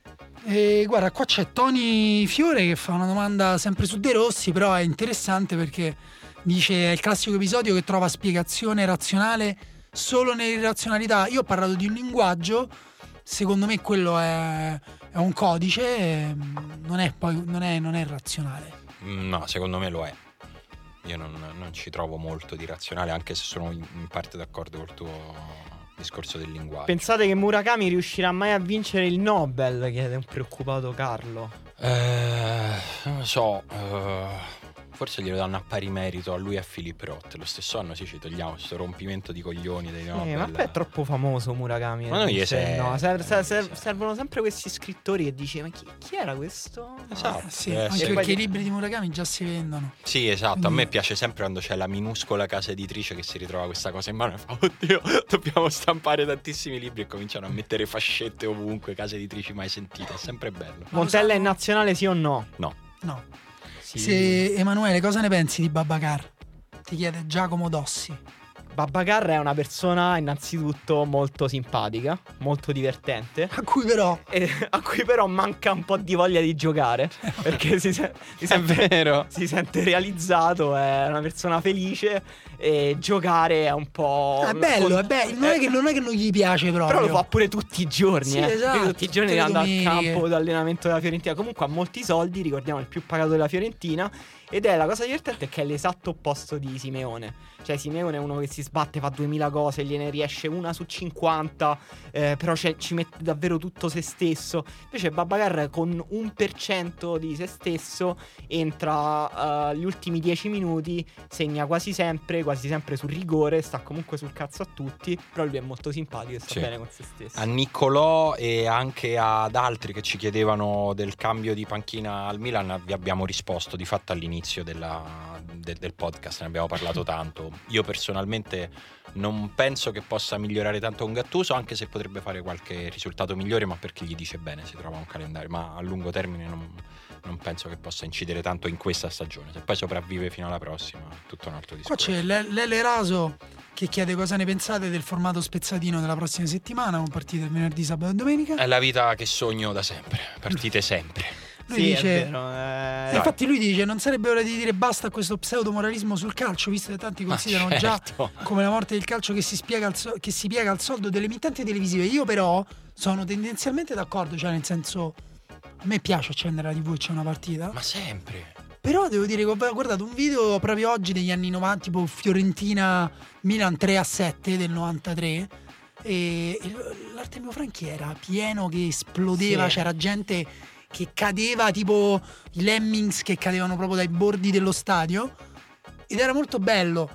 E guarda, qua c'è Tony Fiore che fa una domanda sempre su De Rossi, però è interessante perché dice: è il classico episodio che trova spiegazione razionale solo nell'irrazionalità. Io ho parlato di un linguaggio, secondo me quello è, è un codice, e non è poi non è, non è razionale. mm, no, secondo me lo è. Io non, non ci trovo molto di razionale, anche se sono in, in parte d'accordo col tuo discorso del linguaggio. Pensate che Murakami riuscirà mai a vincere il Nobel? Chiede un preoccupato Carlo. Eh, non lo so. eh, Forse glielo danno a pari merito a lui e a Philip Roth. Lo stesso anno sì, ci togliamo questo rompimento di coglioni dei Nobel. Eh, ma poi è troppo famoso Murakami. Ma non gli Se- serve, no, ser- ser- non gli ser- serve. servono sempre questi scrittori che dici ma chi, chi era questo? Esatto. Eh, sì, deve anche essere- perché i libri di Murakami già si vendono. Sì, esatto. A Quindi- me piace sempre quando c'è la minuscola casa editrice che si ritrova questa cosa in mano e fa oddio, dobbiamo stampare tantissimi libri e cominciano a mettere fascette ovunque, case editrici mai sentite. È sempre bello. Montella è sanno? nazionale sì o no? No. No. Sì. Se, Emanuele, cosa ne pensi di Babacar? Ti chiede Giacomo Dossi. Babacar è una persona innanzitutto molto simpatica, molto divertente, A cui però e a cui però manca un po' di voglia di giocare, perché si, se- si sente, vero. si sente realizzato, è una persona felice e giocare è un po'... è bello, è bello. Non è che non, è che non gli piace proprio. Però lo fa pure tutti i giorni, Sì, eh. esatto, Lui tutti i giorni tutte le andando al domeniche. campo d'allenamento della Fiorentina. Comunque ha molti soldi, ricordiamo il più pagato della Fiorentina. Ed è la cosa divertente è che è l'esatto opposto di Simeone. Cioè Simeone è uno che si sbatte, fa duemila cose, gliene riesce una su cinquanta, eh, però c'è- ci mette davvero tutto se stesso. Invece Babacar con un per cento di se stesso entra eh, gli ultimi dieci minuti, segna quasi sempre, quasi sempre sul rigore, sta comunque sul cazzo a tutti, però lui è molto simpatico e sta Sì. bene con se stesso. A Niccolò e anche ad altri che ci chiedevano del cambio di panchina al Milan vi abbiamo risposto di fatto all'inizio della- de- del podcast, ne abbiamo parlato tanto. Io personalmente non penso che possa migliorare tanto un Gattuso, anche se potrebbe fare qualche risultato migliore, ma perché gli dice bene, si trova un calendario, ma a lungo termine non, non penso che possa incidere tanto in questa stagione. Se poi sopravvive fino alla prossima è tutto un altro Qua discorso. c'è Le- Lele Raso che chiede cosa ne pensate del formato spezzatino della prossima settimana, con partite il venerdì, sabato e domenica. È la vita che sogno da sempre, partite sempre. Lui Sì, dice, è vero, eh, Eh, infatti lui dice non sarebbe ora di dire basta a questo pseudomoralismo sul calcio, visto che tanti Ma considerano certo. già come la morte del calcio che si, spiega al so- che si piega al soldo delle emittenti televisive. Io però sono tendenzialmente d'accordo, cioè nel senso a me piace accendere la tivù e c'è una partita, Ma sempre. però devo dire che ho guardato un video proprio oggi degli anni novanta, tipo Fiorentina Milan tre a sette del novantatré, e, e l'Artemio Franchi era pieno che esplodeva, Sì. c'era gente che cadeva, tipo i Lemmings che cadevano proprio dai bordi dello stadio, ed era molto bello.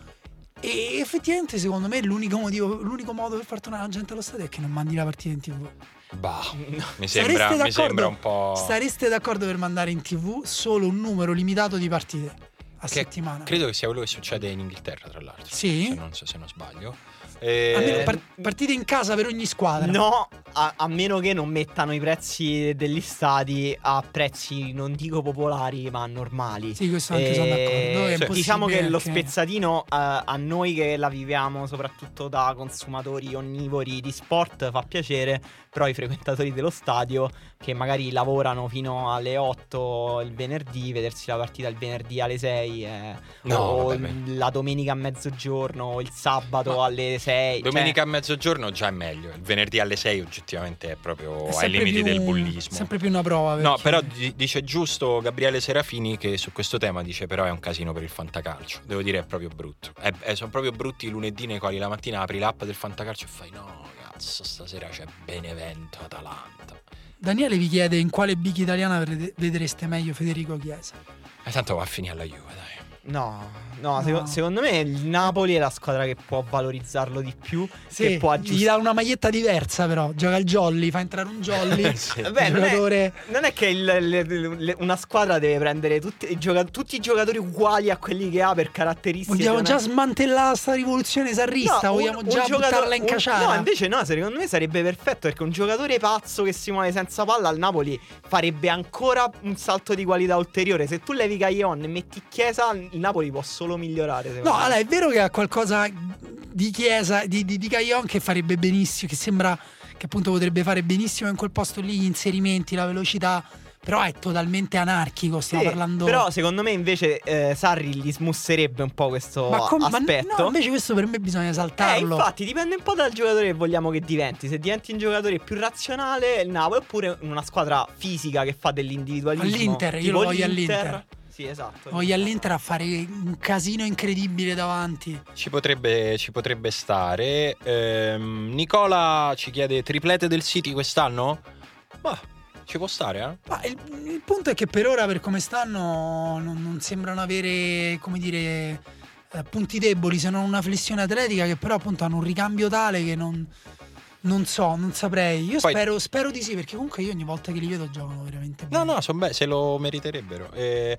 E effettivamente secondo me l'unico motivo, l'unico modo per far tornare la gente allo stadio è che non mandi la partita in tivù. Bah, mi Sareste sembra, mi d'accordo? sembra un po'. Stareste d'accordo per mandare in tivù solo un numero limitato di partite a Che settimana? Credo che sia quello che succede in Inghilterra, tra l'altro. Sì? Se non, se non sbaglio. E... Almeno par- partite in casa per ogni squadra. No, a, a meno che non mettano i prezzi degli stadi a prezzi non dico popolari ma normali. Sì, questo anche sono d'accordo. È sì. impossibile Diciamo che lo perché- spezzatino eh, a noi che la viviamo soprattutto da consumatori onnivori di sport fa piacere, però i frequentatori dello stadio che magari lavorano fino alle otto il venerdì, vedersi la partita il venerdì alle sei eh, No, o vabbè, beh. la domenica a mezzogiorno o il sabato Ma alle sei. Domenica a mezzogiorno già è meglio. Il venerdì alle sei oggettivamente è proprio è ai sempre limiti più- del bullismo. sempre più una prova. No, perché- però di- dice giusto Gabriele Serafini che su questo tema dice però è un casino per il fantacalcio. Devo dire è proprio brutto. È- è- sono proprio brutti i lunedì nei quali la mattina apri l'app del fantacalcio e fai no cazzo stasera c'è Benevento Atalanta. Daniele vi chiede in quale big italiana vede- vedreste meglio Federico Chiesa. E tanto va a finire alla Juve, dai. No, no, No. seco- secondo me il Napoli è la squadra che può valorizzarlo di più, Sì, che può gli aggiustare. dà una maglietta diversa però. Gioca il jolly, fa entrare un jolly. Sì. Beh, non è, giocatore- non è che il- le- le- una squadra deve prendere tutti i, gioca- tutti i giocatori uguali a quelli che ha per caratteristiche. Vogliamo non è- già smantellare sta rivoluzione sarrista? No, un- Vogliamo un già giocatore- buttarla in un- caciara? No, invece no, secondo me sarebbe perfetto perché un giocatore pazzo che si muove senza palla al Napoli farebbe ancora un salto di qualità ulteriore. Se tu levi Caglion e metti Chiesa, il Napoli può solo migliorare. secondo No, me. allora è vero che ha qualcosa di Chiesa, di, di, di Caglion che farebbe benissimo, che sembra che appunto potrebbe fare benissimo in quel posto lì, gli inserimenti, la velocità, però è totalmente anarchico, stiamo Sì, parlando... Però secondo me invece eh, Sarri gli smusserebbe un po' questo ma, com- ma aspetto. no, invece questo per me bisogna Eh, saltarlo. infatti dipende un po' dal giocatore che vogliamo che diventi. Se diventi un giocatore più razionale, il Napoli, oppure una squadra fisica che fa dell'individualismo. All'Inter, io tipo lo voglio l'Inter. all'Inter. Sì, esatto. Voglio all'Inter a fare un casino incredibile davanti. Ci potrebbe, ci potrebbe stare. Ehm, Nicola ci chiede triplete del City quest'anno? Bah, ci può stare, eh? Ma il, il punto è che per ora, per come stanno, non, non sembrano avere, come dire, eh, punti deboli, se non una flessione atletica, che però appunto hanno un ricambio tale che non, non so, non saprei. Io Poi- spero, spero di sì, perché comunque io ogni volta che li vedo giocano veramente No, bene. no, son be- se lo meriterebbero. Eh,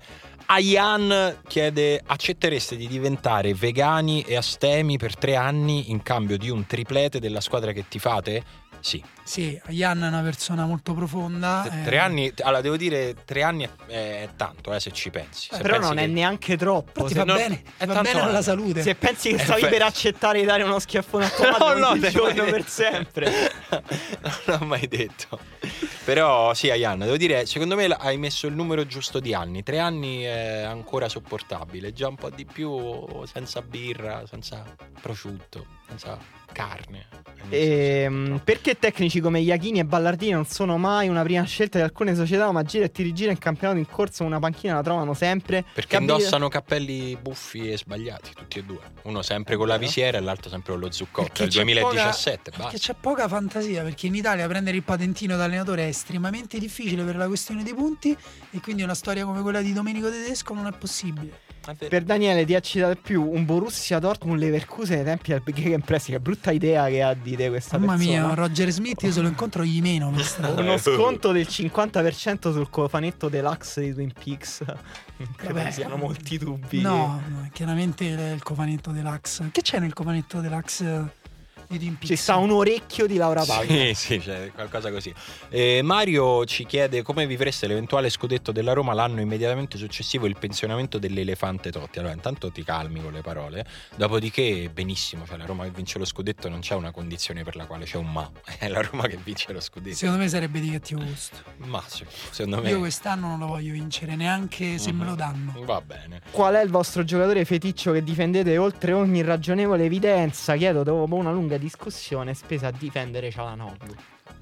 Ayan chiede: accettereste di diventare vegani e astemi per tre anni in cambio di un triplete della squadra che tifate? Sì. Sì, Jan è una persona molto profonda. T- eh, tre anni, allora devo dire, tre anni è, è tanto, eh, se ci pensi. Se Però pensi non è che- neanche troppo. Però ti Se, fa non- bene, è va tanto bene alla male. salute. se pensi che Eh, stavi beh. per accettare di dare uno schiaffone a Tommaso No, no, ogni te giorno l'ho per detto. sempre. Non l'ho mai detto. Però sì, Ayan, devo dire, secondo me hai messo il numero giusto di anni. Tre anni è ancora sopportabile. Già un po' di più senza birra, senza prosciutto, senza carne. Ehm, perché tecnici come Iachini e Ballardini non sono mai una prima scelta di alcune società, ma gira e ti rigira in campionato in corso una panchina la trovano sempre? Perché Che abili- indossano cappelli buffi e sbagliati, tutti e due. Uno sempre con la Vero. visiera e l'altro sempre con lo zuccotto. Perché È il c'è duemiladiciassette, poca, basta. perché c'è poca fantasia, perché in Italia prendere il patentino da allenatore è estremamente difficile per la questione dei punti, e quindi una storia come quella di Domenico Tedesco non è possibile. È vero. Per Daniele ti eccita di più un Borussia Dortmund Leverkusen ai tempi del Gegenpressing. Che brutta idea che ha di te questa Mamma persona. mia, Roger Smith io se lo incontro gli meno per strada. Uno sconto del cinquanta per cento sul cofanetto deluxe di Twin Peaks. Credo Vabbè. ci siano molti dubbi. No, no, chiaramente il cofanetto deluxe. Che c'è nel cofanetto deluxe di Twin Peaks? Ci sta un orecchio di Laura Paglia. Sì, sì, c'è qualcosa così. Eh, Mario ci chiede come vivreste l'eventuale scudetto della Roma l'anno immediatamente successivo il pensionamento dell'elefante Totti. Allora, intanto ti calmi con le parole, dopodiché benissimo, cioè la Roma che vince lo scudetto non c'è una condizione per la quale c'è un ma, è la Roma che vince lo scudetto. Secondo me sarebbe di cattivo gusto. Ma sì, secondo me Io quest'anno non lo voglio vincere, neanche se me lo danno. va bene. Qual è il vostro giocatore feticcio che difendete oltre ogni ragionevole evidenza? Chiedo dopo una lunga discussione spesa a difendere Cialanoglu.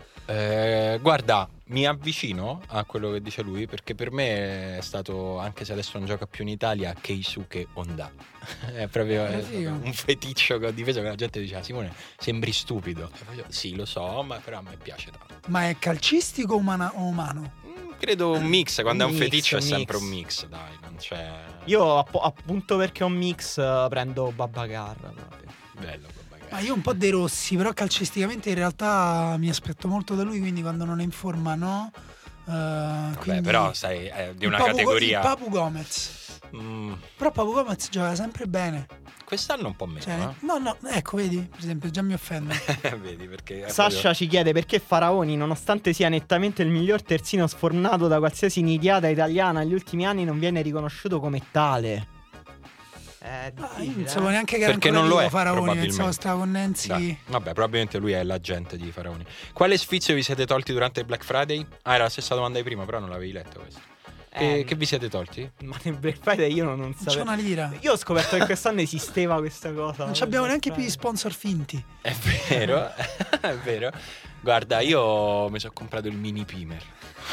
Eh, guarda, mi avvicino a quello che dice lui, perché per me è stato, anche se adesso non gioca più in Italia, Keisuke Honda. È proprio Eh, è figo. un feticcio che ho difeso, che la gente diceva: Simone, sembri stupido. E facevo, sì, lo so, ma però a me piace tanto. Ma è calcistico o umana- o umano? Mm, Credo un mix, quando Un è un mix, feticcio è un sempre mix. un mix, dai, non c'è... Io app- appunto perché è un mix eh, prendo Babacar proprio. Bello, Babacar. Ma io un po' dei Rossi, però calcisticamente in realtà mi aspetto molto da lui, quindi quando non è in forma no. Eh, Vabbè, quindi però sai, è di il una Papu- categoria... il Papu Gomez. Mm, Però Papu Gomez gioca sempre bene. quest'anno un po' meno, Cioè, eh? no, no, ecco, vedi, per esempio, già mi offende. Vedi, perché... è Sasha proprio- ci chiede perché Faraoni, nonostante sia nettamente il miglior terzino sfornato da qualsiasi nidiata italiana negli ultimi anni, non viene riconosciuto come tale. È Ah, io difficile, non sapevo eh. neanche che era Perché ancora non lo vivo è, Faraoni, probabilmente. pensavo stava con Nancy. Dai, vabbè, probabilmente lui è l'agente di Faraoni. Quale sfizio vi siete tolti durante il Black Friday? Ah, era la stessa domanda di prima, però non l'avevi letto questo. Che, Eh, che vi siete tolti? Ma nel Black Friday io non, non Non c'è sapevo. una lira. Io ho scoperto che quest'anno esisteva questa cosa. Non ci abbiamo neanche più gli sponsor finti. È vero, è vero. Guarda, io mi sono comprato il mini pimer.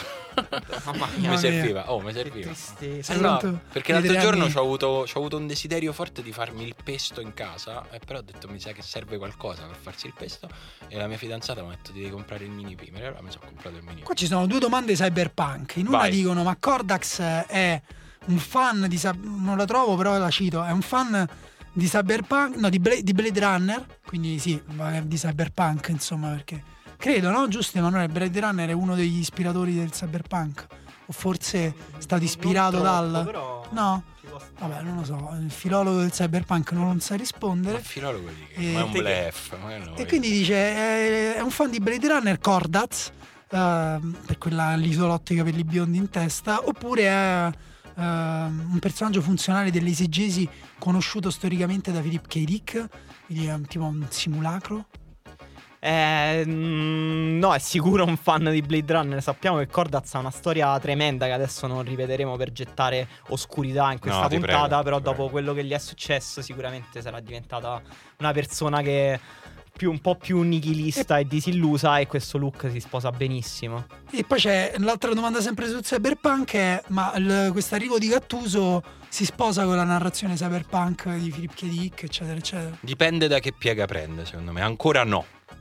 Mamma Mi Mamma mia. serviva, oh, mi serviva. tristezza. Eh Sei no, pronto? perché Vedere l'altro giorno anni- c'ho avuto, c'ho avuto un desiderio forte di farmi il pesto in casa, eh, però ho detto mi sa che serve qualcosa per farsi il pesto, e la mia fidanzata mi ha detto devi comprare il mini pimer, e allora mi sono comprato il mini Qua pimer. ci sono due domande cyberpunk. In una Vai. dicono: ma Cordax è un fan di Sab- non la trovo, però la cito. È un fan di Cyberpunk, no, di, Bla- di Blade Runner. Quindi sì, ma è di Cyberpunk, insomma, perché credo, no? Giusto, Emanuele? Blade Runner è uno degli ispiratori del Cyberpunk. O forse è stato ispirato Non troppo, dal. però No, ci può stare. vabbè, non lo so. Il filologo del Cyberpunk non sa Ma rispondere. il filologo di che? E- Ma è un te che- blef. ma è E noi. quindi dice: è, è un fan di Blade Runner, Cordaz, eh, per quella l'isolotto i capelli biondi in testa, oppure è eh, un personaggio funzionale dell'esegesi conosciuto storicamente da Philip K. Dick, quindi è un- tipo un simulacro. Eh, mm, no, è sicuro un fan di Blade Runner. Sappiamo che Cordaz ha una storia tremenda che adesso non ripeteremo per gettare oscurità in questa No, ti puntata. prego, però ti dopo prego. quello che gli è successo sicuramente sarà diventata una persona che più, un po' più nichilista e disillusa, e questo look si sposa benissimo. E poi c'è l'altra domanda sempre su Cyberpunk è: ma questo arrivo di Gattuso si sposa con la narrazione Cyberpunk di Philip K. Dick, eccetera, eccetera? Dipende da che piega prende, secondo me. Ancora no.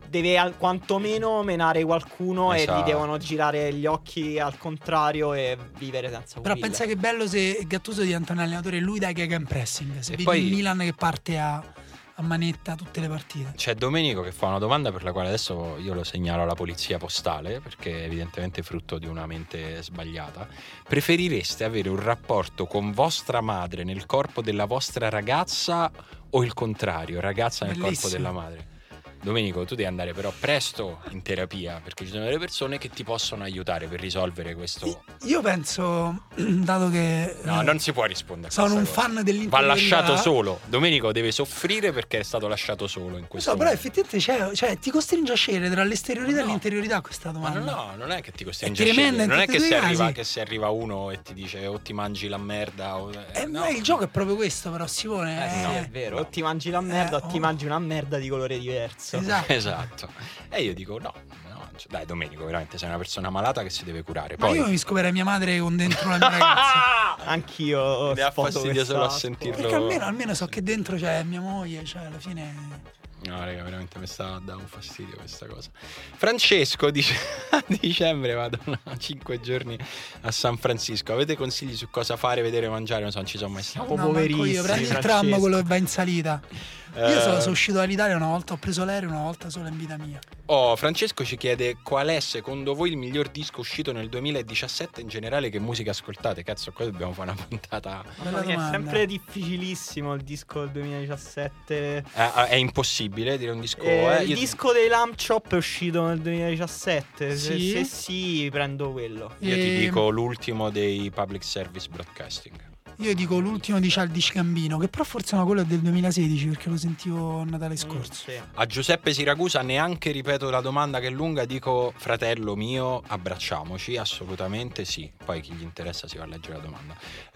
deve al- quantomeno menare qualcuno Esatto. e gli devono girare gli occhi al contrario e vivere senza Però pupille. pensa che bello se Gattuso diventa un allenatore e lui dà gegenpressing. Se E vedi poi- il Milan che parte a, a manetta tutte le partite. C'è Domenico che fa una domanda per la quale adesso io lo segnalo alla polizia postale, perché è evidentemente frutto di una mente sbagliata. Preferireste avere un rapporto con vostra madre nel corpo della vostra ragazza o il contrario, ragazza nel Bellissimo. corpo della madre? Domenico, tu devi andare però presto in terapia, perché ci sono delle persone che ti possono aiutare per risolvere questo. Io penso, dato che No, eh, non si può rispondere a sono questa un cosa. fan Va dell'interiorità. lasciato solo. Domenico deve soffrire perché è stato lasciato solo in Non questo so, però momento. effettivamente c'è, cioè, ti costringe a scegliere tra l'esteriorità Ma e no. l'interiorità questa Ma domanda. no, no, non è che ti costringe È a tremenda scegliere. Non in è che tutti se, e due i arriva, casi. che se arriva uno e ti dice o ti mangi la merda o... eh, Eh, no. ma il gioco è proprio questo, però Simone. Eh sì, eh, è vero. no. O ti mangi la merda Eh, o ti oh. mangi una merda di colore diverso. Esatto. Esatto. E io dico no, no, cioè, dai Domenico, veramente sei una persona malata che si deve curare. Ma Poi io mi scoperei mia madre con dentro la mia ragazza. Anch'io mi dà sfoto fastidio questa- solo a sentirlo. Perché almeno, almeno so che dentro c'è mia moglie, cioè alla fine. No, raga, veramente mi sta dando un fastidio questa cosa. Francesco dice a dicembre vado cinque giorni a San Francisco. Avete consigli su cosa fare, vedere, mangiare? Non so, non ci sono mai stato. Siamo No, manco io, poverissimi, prendi il Francesco. tram, quello che va in salita. Io Eh, sono, sono uscito dall'Italia una volta, ho preso l'aereo una volta sola in vita mia. Oh, Francesco ci chiede qual è secondo voi il miglior disco uscito nel duemiladiciassette, in generale che musica ascoltate? Cazzo, qua dobbiamo fare una puntata. Bella Mamma mia, è domanda. sempre difficilissimo il disco del duemiladiciassette. Eh, è impossibile dire un disco. Eh, eh, il io- disco dei Lamb Chop è uscito nel duemiladiciassette. Se, Sì? se sì, prendo quello. Io ti E- dico l'ultimo dei Public Service Broadcasting. Io dico l'ultimo di Childish Gambino, che però forse no, quello è del duemilasedici perché lo sentivo a Natale scorso. Mm, sì. A Giuseppe Siracusa neanche ripeto la domanda che è lunga, dico fratello mio, abbracciamoci, assolutamente sì. Poi chi gli interessa si va a leggere la domanda.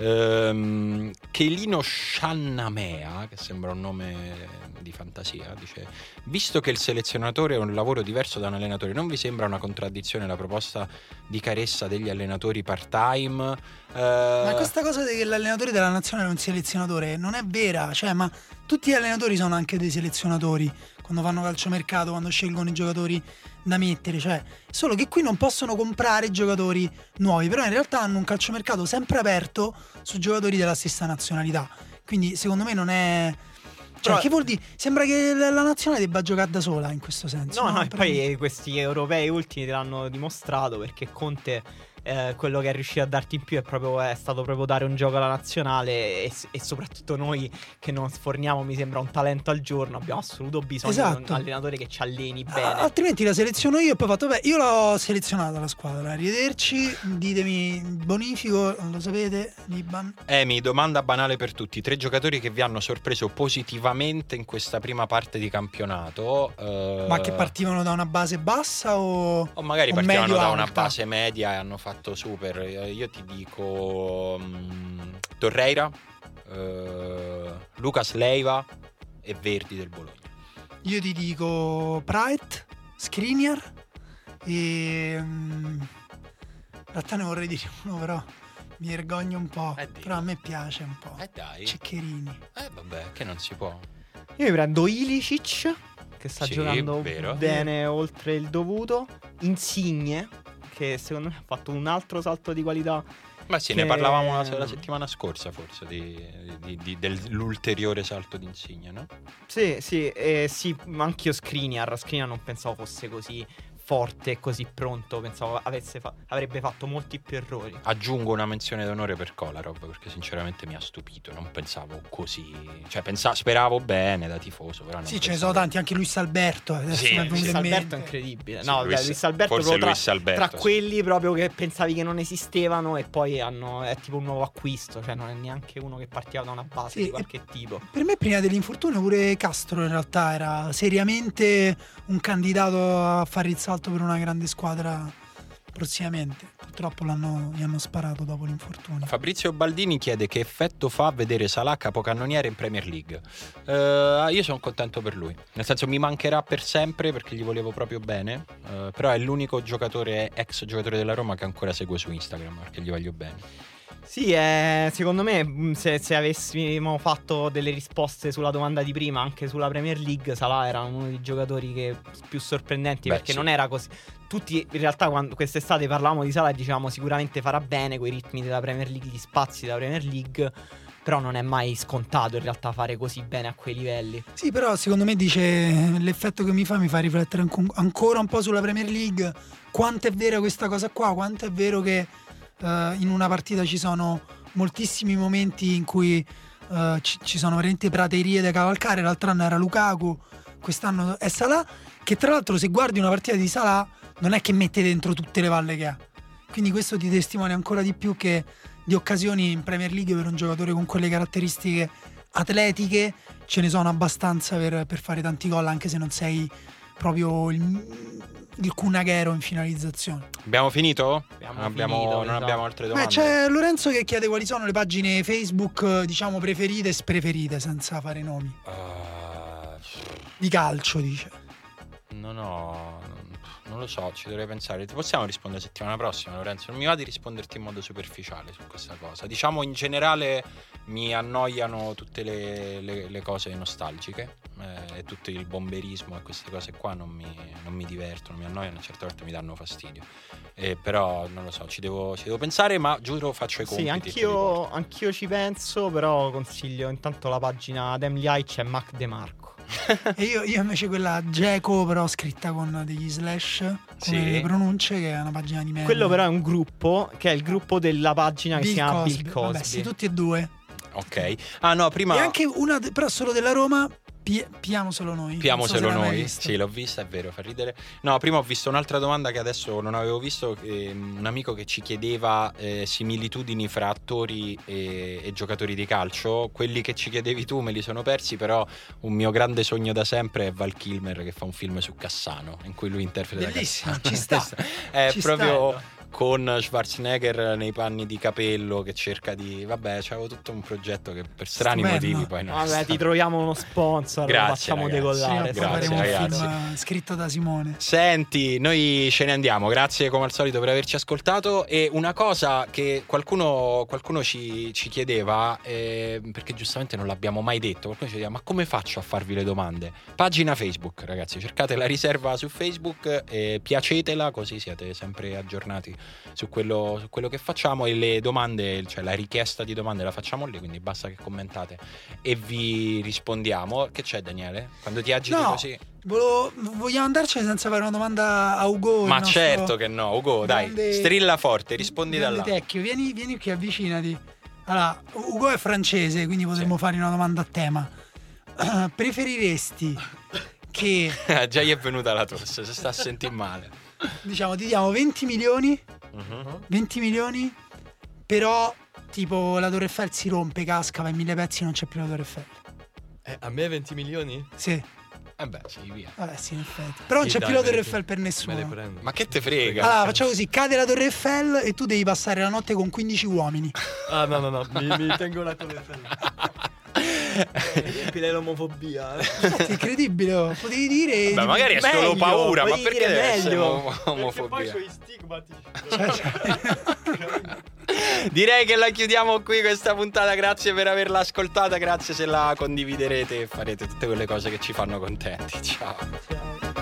Ehm, Chelino Sciannamea, che sembra un nome di fantasia, dice: visto che il selezionatore è un lavoro diverso da un allenatore, non vi sembra una contraddizione la proposta di Caressa degli allenatori part-time? Eh, Ma questa cosa che l'allenatore della nazionale è un selezionatore non è vera, cioè, ma tutti gli allenatori sono anche dei selezionatori quando fanno calciomercato, quando scelgono i giocatori da mettere, cioè, solo che qui non possono comprare giocatori nuovi, però in realtà hanno un calciomercato sempre aperto su giocatori della stessa nazionalità. Quindi secondo me non è, cioè, Però- che vuol dire? Sembra che la la nazionale debba giocare da sola in questo senso. No, no, e Per- poi questi europei ultimi te l'hanno dimostrato, perché Conte eh, quello che è riuscito a darti in più è proprio è stato proprio dare un gioco alla nazionale e, e soprattutto noi che non sforniamo, mi sembra, un talento al giorno, abbiamo assoluto bisogno di Esatto. un allenatore che ci alleni Ah, bene. altrimenti la seleziono io e poi ho fatto, beh, io l'ho selezionata la squadra, arrivederci, ditemi bonifico, lo sapete, Liban. Emi, domanda banale per tutti: tre giocatori che vi hanno sorpreso positivamente in questa prima parte di campionato. eh, Ma che partivano da una base bassa o, O magari o partivano medio da una alta? base media e hanno fatto super. Eh, Io ti dico mm, Torreira, eh, Lucas Leiva e Verdi del Bologna. Io ti dico Praet, Skriniar e mm, in realtà ne vorrei dire uno, però mi vergogno un po', Eh, dillo. però a me piace un po'. Eh dai. Ceccherini. Eh vabbè, che non si può. Io mi prendo Ilicic, che sta Sì, giocando vero. bene oltre il dovuto. Insigne, che secondo me ha fatto un altro salto di qualità. Ma sì, Che- ne parlavamo la, la settimana scorsa forse di, di- di- dell'ulteriore salto di Insigne, no? Sì, sì, eh, sì, ma anch'io Skriniar. Skriniar non pensavo fosse così forte e così pronto. Pensavo avesse fa- avrebbe fatto molti più errori. Aggiungo una menzione d'onore per Kolarov, perché sinceramente mi ha stupito, non pensavo così, cioè pensavo, speravo bene da tifoso, però non Sì, ce ne pensavo- sono tanti, anche Luis Alberto. Adesso Sì, mi è venuto Luis in Alberto mente. è incredibile. Sì, No, Luis- Luis, Luis Alberto forse proprio tra, Luis Alberto, tra sì. quelli proprio che pensavi che non esistevano e poi hanno è tipo un nuovo acquisto, cioè non è neanche uno che partiva da una base Sì, di qualche tipo. Per me prima dell'infortunio pure Castro in realtà era seriamente un candidato a fare il salto per una grande squadra prossimamente. Purtroppo l'hanno, gli hanno sparato dopo l'infortunio. Fabrizio Baldini chiede che effetto fa vedere Salah capocannoniere in Premier League. Eh, io sono contento per lui, nel senso mi mancherà per sempre perché gli volevo proprio bene, eh, però è l'unico giocatore, ex giocatore della Roma che ancora segue su Instagram perché gli voglio bene. Sì, eh, secondo me se, se avessimo fatto delle risposte sulla domanda di prima, anche sulla Premier League, Salah era uno dei giocatori che più sorprendenti. Beh, perché sì. non era così. Tutti in realtà quando quest'estate parlavamo di Salah e dicevamo sicuramente farà bene quei ritmi della Premier League, gli spazi della Premier League. Però non è mai scontato in realtà fare così bene a quei livelli. Sì, però secondo me dice l'effetto che mi fa mi fa riflettere ancora un po' sulla Premier League. Quanto è vera questa cosa qua? Quanto è vero che uh, in una partita ci sono moltissimi momenti in cui uh, ci, ci sono veramente praterie da cavalcare. L'altro anno era Lukaku, quest'anno è Salah, che tra l'altro se guardi una partita di Salah non è che mette dentro tutte le palle che ha. Quindi questo ti testimonia ancora di più che di occasioni in Premier League per un giocatore con quelle caratteristiche atletiche ce ne sono abbastanza per, per fare tanti gol, anche se non sei proprio il, il Kun Agüero in finalizzazione. Abbiamo finito? Abbiamo non abbiamo, finito, non esatto. abbiamo altre domande. Beh, c'è Lorenzo che chiede quali sono le pagine Facebook, diciamo, preferite e spreferite, senza fare nomi. Uh, Di calcio, dice. No, no, non lo so, ci dovrei pensare. Ti possiamo rispondere settimana prossima, Lorenzo? Non mi va di risponderti in modo superficiale su questa cosa. Diciamo, in generale mi annoiano tutte le, le, le cose nostalgiche eh, e tutto il bomberismo e queste cose qua non mi, non mi divertono, mi annoiano, certe volte mi danno fastidio. Eh, però non lo so, ci devo, ci devo pensare, ma giuro faccio i compiti. Sì, anch'io, anch'io ci penso, però consiglio intanto la pagina Demli High, c'è Mac De Marco. E io, io invece quella Geco, però scritta con degli slash, come sì. le pronunce, che è una pagina di me. Quello però è un gruppo, che è il gruppo della pagina che Bill si chiama Cosby. Bill Cosby. Vabbè, sì, tutti e due. Ok. Ah no, prima... E anche una, però solo della Roma, Pi- Piamoselo noi. Piamoselo so noi, sì, l'ho vista, è vero, fa ridere. No, prima ho visto un'altra domanda che adesso non avevo visto, eh, un amico che ci chiedeva eh, similitudini fra attori e, e giocatori di calcio. Quelli che ci chiedevi tu me li sono persi, però un mio grande sogno da sempre è Val Kilmer che fa un film su Cassano, in cui lui interpreta Bellissimo, Cassano. ci sta. È ci proprio... sta. Con Schwarzenegger nei panni di Capello che cerca di... Vabbè, c'avevo tutto un progetto che per strani Stupendo. motivi poi non Vabbè, ti troviamo uno sponsor, Grazie, lo facciamo ragazzi. decollare. Sì, poi Grazie, faremo un ragazzi. film scritto da Simone. Senti, noi ce ne andiamo, grazie come al solito per averci ascoltato. E una cosa che qualcuno, qualcuno ci, ci chiedeva, eh, perché giustamente non l'abbiamo mai detto, qualcuno ci chiedeva: ma come faccio a farvi le domande? Pagina Facebook, ragazzi, cercate la riserva su Facebook e piacetela, così siete sempre aggiornati su quello, su quello che facciamo. E le domande, cioè la richiesta di domande la facciamo lì, quindi basta che commentate e vi rispondiamo. Che c'è, Daniele? Quando ti agiti No. così... Volevo, vogliamo andarcene senza fare una domanda a Ugo? Ma il nostro certo che no, Ugo, dai, grande- strilla forte, rispondi da grande là. Tecchio. Vieni, vieni qui, avvicinati. Allora, Ugo è francese, quindi potremmo Sì. fare una domanda a tema. Uh, preferiresti che, Già gli è venuta la tosse, si sta a sentire male. diciamo, ti diamo venti milioni, Mhm. venti milioni, però tipo la Torre Eiffel si rompe, casca, va in mille pezzi, non c'è più la Torre Eiffel. Eh, a me venti milioni? Sì, Eh beh, sì, via. vabbè, sì, in effetti. Però non Sì, c'è dai, più la me Torre le- Eiffel per Me le nessuno. prendo. Ma che te frega? Allora, facciamo così, cade la Torre Eiffel e tu devi passare la notte con quindici uomini. Ah, no, no, no, mi, mi tengo la Torre Eiffel. È incredibile l'omofobia. Infatti, è incredibile, oh. Potevi dire... Beh, magari è solo meglio, paura, ma puoi perché dire deve essere meglio. om- Perché poi omofobia? c'ho i stigmati. Direi che la chiudiamo qui questa puntata, grazie per averla ascoltata, grazie se la condividerete e farete tutte quelle cose che ci fanno contenti. Ciao. Ciao.